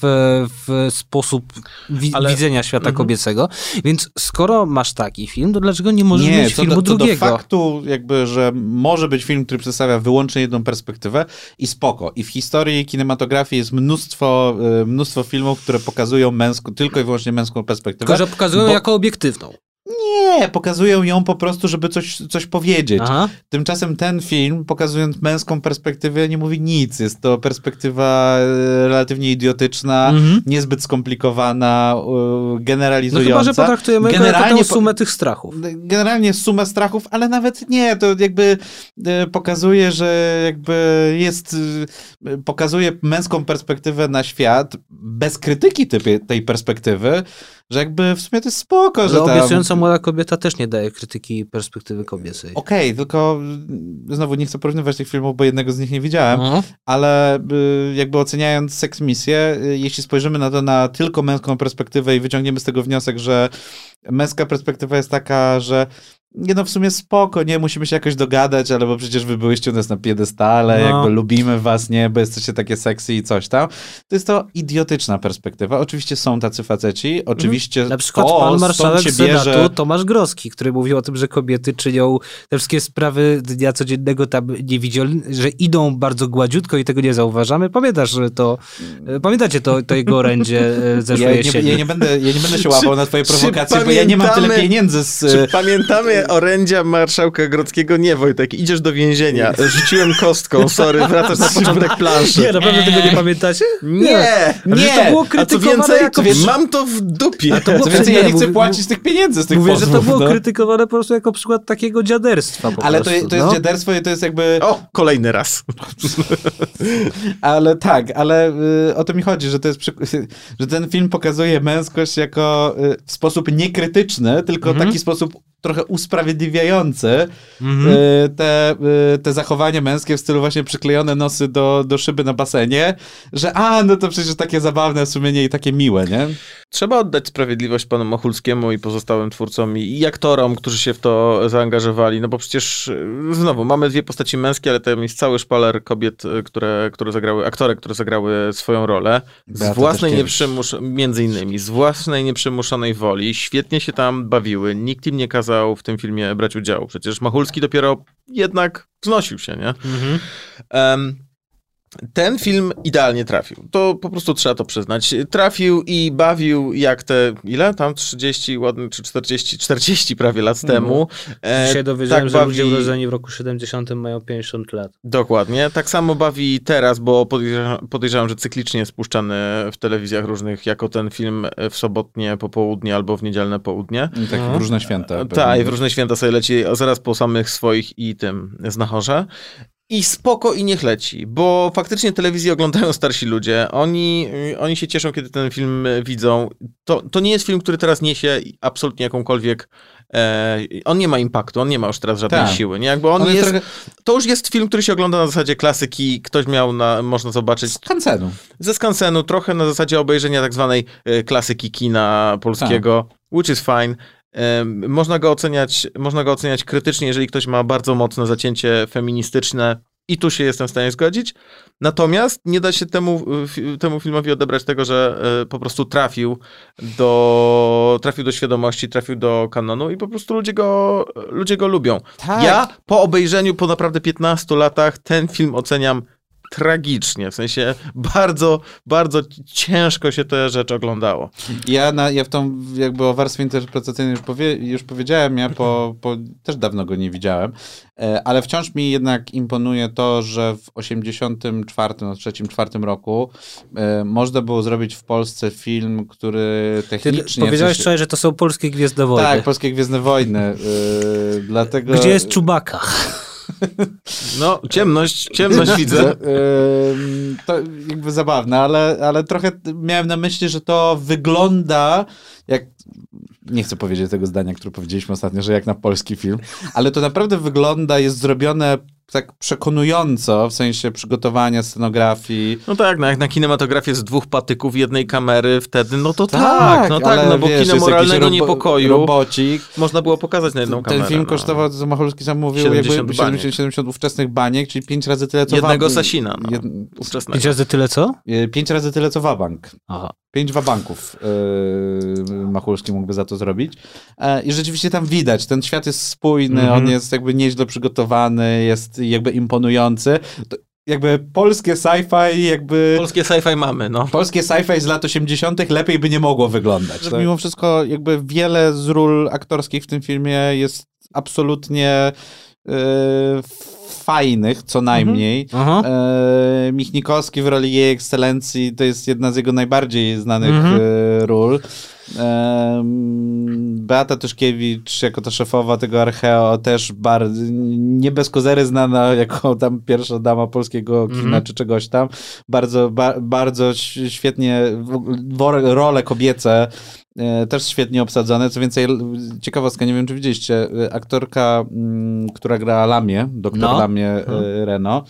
w sposób wi- Ale... widzenia świata mhm. kobiecego. Więc skoro masz taki film, to dlaczego nie możesz nie, mieć filmu do, drugiego? Do faktu jakby, że może być film, który przedstawia wyłącznie jedną perspektywę i spoko. I w historii kinematografii jest mnóstwo, mnóstwo filmów, które pokazują męską, tylko i wyłącznie męską perspektywę. Tylko, że pokazują bo... jako obiektywną. Nie, pokazują ją po prostu, żeby coś, coś powiedzieć. Aha. Tymczasem ten film, pokazując męską perspektywę, nie mówi nic. Jest to perspektywa relatywnie idiotyczna, mhm. niezbyt skomplikowana, generalizująca. No chyba, że potraktujemy generalnie jako sumę tych strachów. Generalnie sumę strachów, ale nawet nie. To jakby pokazuje, że jakby jest, pokazuje męską perspektywę na świat bez krytyki tej, tej perspektywy, że jakby w sumie to jest spoko, ale że tam... obiecująca młoda kobieta też nie daje krytyki perspektywy kobiecej. Okej, okay, tylko znowu nie chcę porównywać tych filmów, bo jednego z nich nie widziałem, mhm. ale jakby oceniając Seks Misję, jeśli spojrzymy na to na tylko męską perspektywę i wyciągniemy z tego wniosek, że męska perspektywa jest taka, że nie no w sumie spoko, nie musimy się jakoś dogadać, ale bo przecież wy byłyście u nas na piedestale, no. jakby lubimy was, nie, bo jesteście takie sexy i coś tam. To jest to idiotyczna perspektywa. Oczywiście są tacy faceci, oczywiście mhm. Na przykład to, pan marszałek Senatu bierze... Tomasz Grodzki, który mówił o tym, że kobiety czynią te wszystkie sprawy dnia codziennego tam niewidzialne, że idą bardzo gładziutko i tego nie zauważamy. Pamiętasz, że to, pamiętacie to, to jego orędzie zeszłej ja jesieni? Nie, ja, nie będę, ja nie będę się łapał czy, na twoje prowokacje, bo ja nie mam tyle pieniędzy z... Czy pamiętamy orędzia marszałka Grodzkiego? Nie, Wojtek, idziesz do więzienia. Rzuciłem kostką, sorry, wracasz na początek planszy. Nie, naprawdę tego nie pamiętacie? Nie, nie. nie. To było krytykowane A co więcej, jako... mam to w dupie. A to było co więcej, ja nie chcę płacić tych pieniędzy z tych Mówię, pozwów, że to było no. krytykowane po prostu jako przykład takiego dziaderstwa po Ale prostu, to, to jest no. dziaderstwo i to jest jakby... O, kolejny raz. Ale tak, ale y, o to mi chodzi, że to jest, przy... że ten film pokazuje męskość jako y, w sposób niekrytyczny, tylko mhm. taki sposób trochę usprawiedliwiający mhm. y, te, y, te zachowania męskie w stylu właśnie przyklejone nosy do, do szyby na basenie, że a, no to przecież takie zabawne sumienie i takie miłe, nie? Trzeba oddać sprawiedliwość panu Mochulskiemu i pozostałym twórcom i, i aktorom, którzy się w to zaangażowali, no bo przecież znowu mamy dwie postaci męskie, ale tam jest cały szpaler kobiet, które, które zagrały, aktorek, które zagrały swoją rolę z Beata własnej nieprzymuszonej, między innymi, z własnej nieprzymuszonej woli, świetnie się tam bawiły, nikt im nie kazał w tym filmie brać udziału. Przecież Machulski dopiero jednak wznosił się, nie? Mhm. Um, ten film idealnie trafił. To po prostu trzeba to przyznać. Trafił i bawił jak te, ile? Tam trzydzieści ładnie, czy czterdzieści, czterdzieści prawie lat mhm. temu. E, Dzisiaj dowiedziałem, tak że bawi... ludzie urodzeni w roku siedemdziesiątym mają pięćdziesiąt lat. Dokładnie. Tak samo bawi teraz, bo podejrzewam, podejrzewam, że cyklicznie jest puszczany w telewizjach różnych jako ten film w sobotnie popołudnie albo w niedzielne południe. I tak w różne święta. Tak, i w różne święta sobie leci zaraz po samych swoich i tym Znachorze. I spoko i niech leci, bo faktycznie telewizję oglądają starsi ludzie, oni, oni się cieszą, kiedy ten film widzą. To, to nie jest film, który teraz niesie absolutnie jakąkolwiek, e, on nie ma impaktu, on nie ma już teraz żadnej tak. siły, nie? Jakby on, on jest, jest trochę... To już jest film, który się ogląda na zasadzie klasyki, ktoś miał, na, można zobaczyć... Z skansenu. Ze skansenu, trochę na zasadzie obejrzenia tak zwanej e, klasyki kina polskiego, tak. which is fine. Można go oceniać, można go oceniać krytycznie, jeżeli ktoś ma bardzo mocne zacięcie feministyczne i tu się jestem w stanie zgodzić. Natomiast nie da się temu, temu filmowi odebrać tego, że po prostu trafił do, trafił do świadomości, trafił do kanonu i po prostu ludzie go, ludzie go lubią. Tak. Ja po obejrzeniu po naprawdę piętnastu latach ten film oceniam tragicznie, w sensie bardzo, bardzo ciężko się te rzeczy oglądało. Ja, na, ja w tą jakby o warstwie interpretacyjnej już, powie, już powiedziałem, ja po, po, też dawno go nie widziałem, ale wciąż mi jednak imponuje to, że w osiemdziesiątym czwartym, no trzecim, czwartym roku e, można było zrobić w Polsce film, który technicznie... Ty powiedziałeś coś... wczoraj, że to są polskie Gwiezdne Wojny. Tak, polskie Gwiezdne Wojny. E, dlatego... Gdzie jest Czubaka? No, ciemność, ciemność widzę. To jakby zabawne, ale, ale trochę miałem na myśli, że to wygląda jak... Nie chcę powiedzieć tego zdania, które powiedzieliśmy ostatnio, że jak na polski film, ale to naprawdę wygląda, jest zrobione tak przekonująco, w sensie przygotowania, scenografii. No tak, no jak na kinematografię z dwóch patyków jednej kamery wtedy, no to tak, tak no tak, no bo wiesz, kino moralnego robo- niepokoju robocik. można było pokazać na jedną Ten kamerę. film no. kosztował, co Macholski sam mówił, siedemdziesiąt jakby baniek. siedemdziesiąt, siedemdziesiąt ówczesnych baniek, czyli pięć razy tyle co Jednego Wab- Sasina, no, jed... ówczesnego. Pięć razy tyle co? Pięć razy tyle co Wabank. Aha. Pięć wabanków yy, Machulski mógłby za to zrobić. E, I rzeczywiście tam widać, ten świat jest spójny, Mhm. on jest jakby nieźle przygotowany, jest jakby imponujący. To jakby polskie sci-fi jakby... Polskie sci-fi mamy, no. Polskie sci-fi z lat osiemdziesiątych lepiej by nie mogło wyglądać. Tak. Mimo wszystko jakby wiele z ról aktorskich w tym filmie jest absolutnie yy, fajnych, co najmniej. Mhm. E, Michnikowski w roli Jej Ekscelencji to jest jedna z jego najbardziej znanych Mhm. e, ról. E, Beata Tyszkiewicz jako ta szefowa tego Archeo też bardzo, nie bez kozery znana jako tam pierwsza dama polskiego kina Mhm. czy czegoś tam. Bardzo, ba, bardzo świetnie w- role kobiece e, też świetnie obsadzone. Co więcej, ciekawostka, nie wiem czy widzieliście, aktorka, m, która gra Lamię, doktor No. Lamię e, Reno,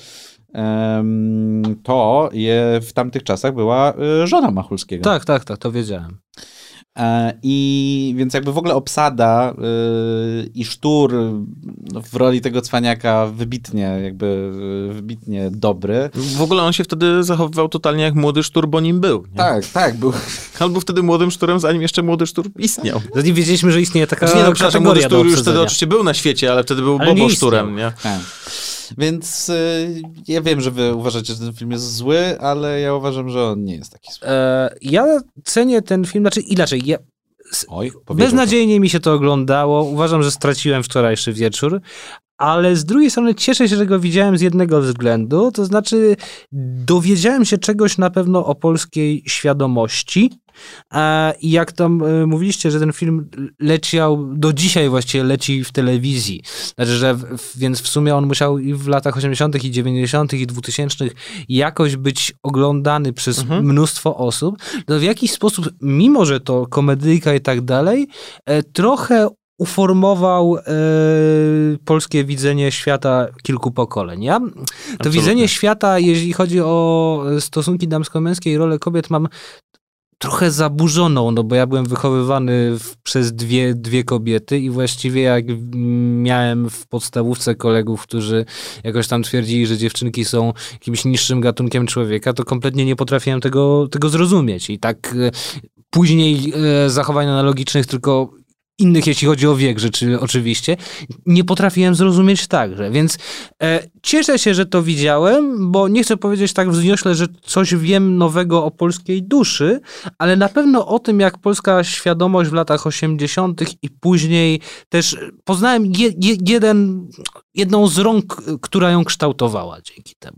em, to je, w tamtych czasach była e, żona Machulskiego. Tak, tak, tak, to wiedziałem. E, I więc jakby w ogóle obsada e, i sztur no, w roli tego cwaniaka wybitnie, jakby e, wybitnie dobry. W ogóle on się wtedy zachowywał totalnie jak młody sztur, bo nim był. Nie? Tak, tak, był. On był wtedy młodym szturem, zanim jeszcze młody sztur istniał. Zanim wiedzieliśmy, że istnieje taka Znaczy, nie, no, przepraszam, młody kategoria do sztur już wtedy obsadzenia. oczywiście był na świecie, ale wtedy był Ale nie bobo istniał. szturem, nie? Tak. Więc y, ja wiem, że wy uważacie, że ten film jest zły, ale ja uważam, że on nie jest taki zły. E, ja cenię ten film, znaczy inaczej, ja, s- Oj, powiedział beznadziejnie mi się to oglądało, uważam, że straciłem wczorajszy wieczór, ale z drugiej strony cieszę się, że go widziałem z jednego względu, to znaczy dowiedziałem się czegoś na pewno o polskiej świadomości. E, I jak tam e, mówiliście, że ten film leciał, do dzisiaj właściwie leci w telewizji. Znaczy, że w, w, więc w sumie on musiał i w latach osiemdziesiątych i dziewięćdziesiątych i dwutysięcznych jakoś być oglądany przez Mhm. mnóstwo osób. To w jakiś sposób, mimo że to komedyjka i tak dalej, e, trochę uformował e, polskie widzenie świata kilku pokoleń. Ja to Absolutnie. widzenie świata, jeśli chodzi o stosunki damsko-męskie i rolę kobiet, mam trochę zaburzoną, no bo ja byłem wychowywany w, przez dwie, dwie kobiety i właściwie jak miałem w podstawówce kolegów, którzy jakoś tam twierdzili, że dziewczynki są jakimś niższym gatunkiem człowieka, to kompletnie nie potrafiłem tego, tego zrozumieć. I tak e, później e, zachowań analogicznych, tylko innych, jeśli chodzi o wiek rzeczy oczywiście, nie potrafiłem zrozumieć także, więc e, cieszę się, że to widziałem, bo nie chcę powiedzieć tak wzniośle, że coś wiem nowego o polskiej duszy, ale na pewno o tym, jak polska świadomość w latach osiemdziesiątych i później też poznałem je, je, jeden, jedną z rąk, która ją kształtowała dzięki temu.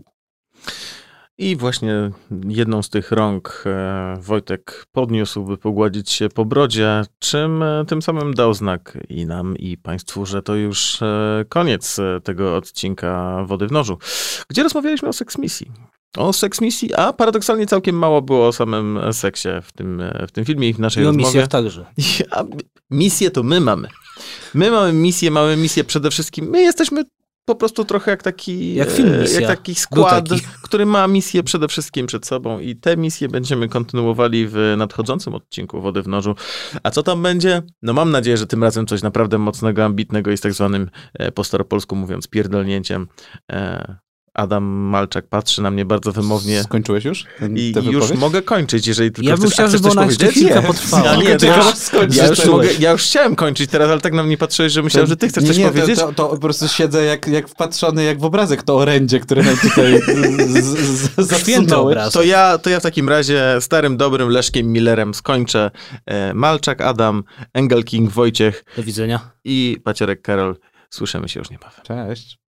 I właśnie jedną z tych rąk e, Wojtek podniósł, by pogładzić się po brodzie, czym e, tym samym dał znak i nam, i państwu, że to już e, koniec e, tego odcinka Wody w Nożu, gdzie rozmawialiśmy o seksmisji. O seksmisji, a paradoksalnie całkiem mało było o samym seksie w tym, e, w tym filmie i w naszej I o rozmowie. misjach także. A misję to my mamy. My mamy misję, mamy misję przede wszystkim. My jesteśmy po prostu trochę jak taki, Jak film e, Misja. jak taki Był skład, taki. który ma misję przede wszystkim przed sobą i te misje będziemy kontynuowali w nadchodzącym odcinku Wody w Nożu. A co tam będzie? No mam nadzieję, że tym razem coś naprawdę mocnego, ambitnego i z tak zwanym, e, po staropolsku mówiąc, pierdolnięciem. E, Adam Malczak patrzy na mnie bardzo wymownie. Skończyłeś już? Ten, I tę już wypowiedź? mogę kończyć, jeżeli tylko Ja chcesz. bym chciał, A chcesz żeby coś ona jeszcze powiedzieć? chwilkę Nie. potrwała. Ja, nie, to Czekam, ja, aż skończysz. ja, już Ten- mogę, ja już chciałem kończyć teraz, ale tak na mnie patrzyłeś, że myślałem, że ty chcesz nie, coś nie, powiedzieć. To, to, to po prostu siedzę jak, jak wpatrzony, jak w obrazek, to orędzie, które nam tutaj z, z, z, Święty obraz. To ja, to ja w takim razie starym, dobrym Leszkiem Millerem skończę. E, Malczak Adam, Engelking Wojciech Do widzenia. i Paciorek Karol. Słyszymy się już niebawem. Cześć.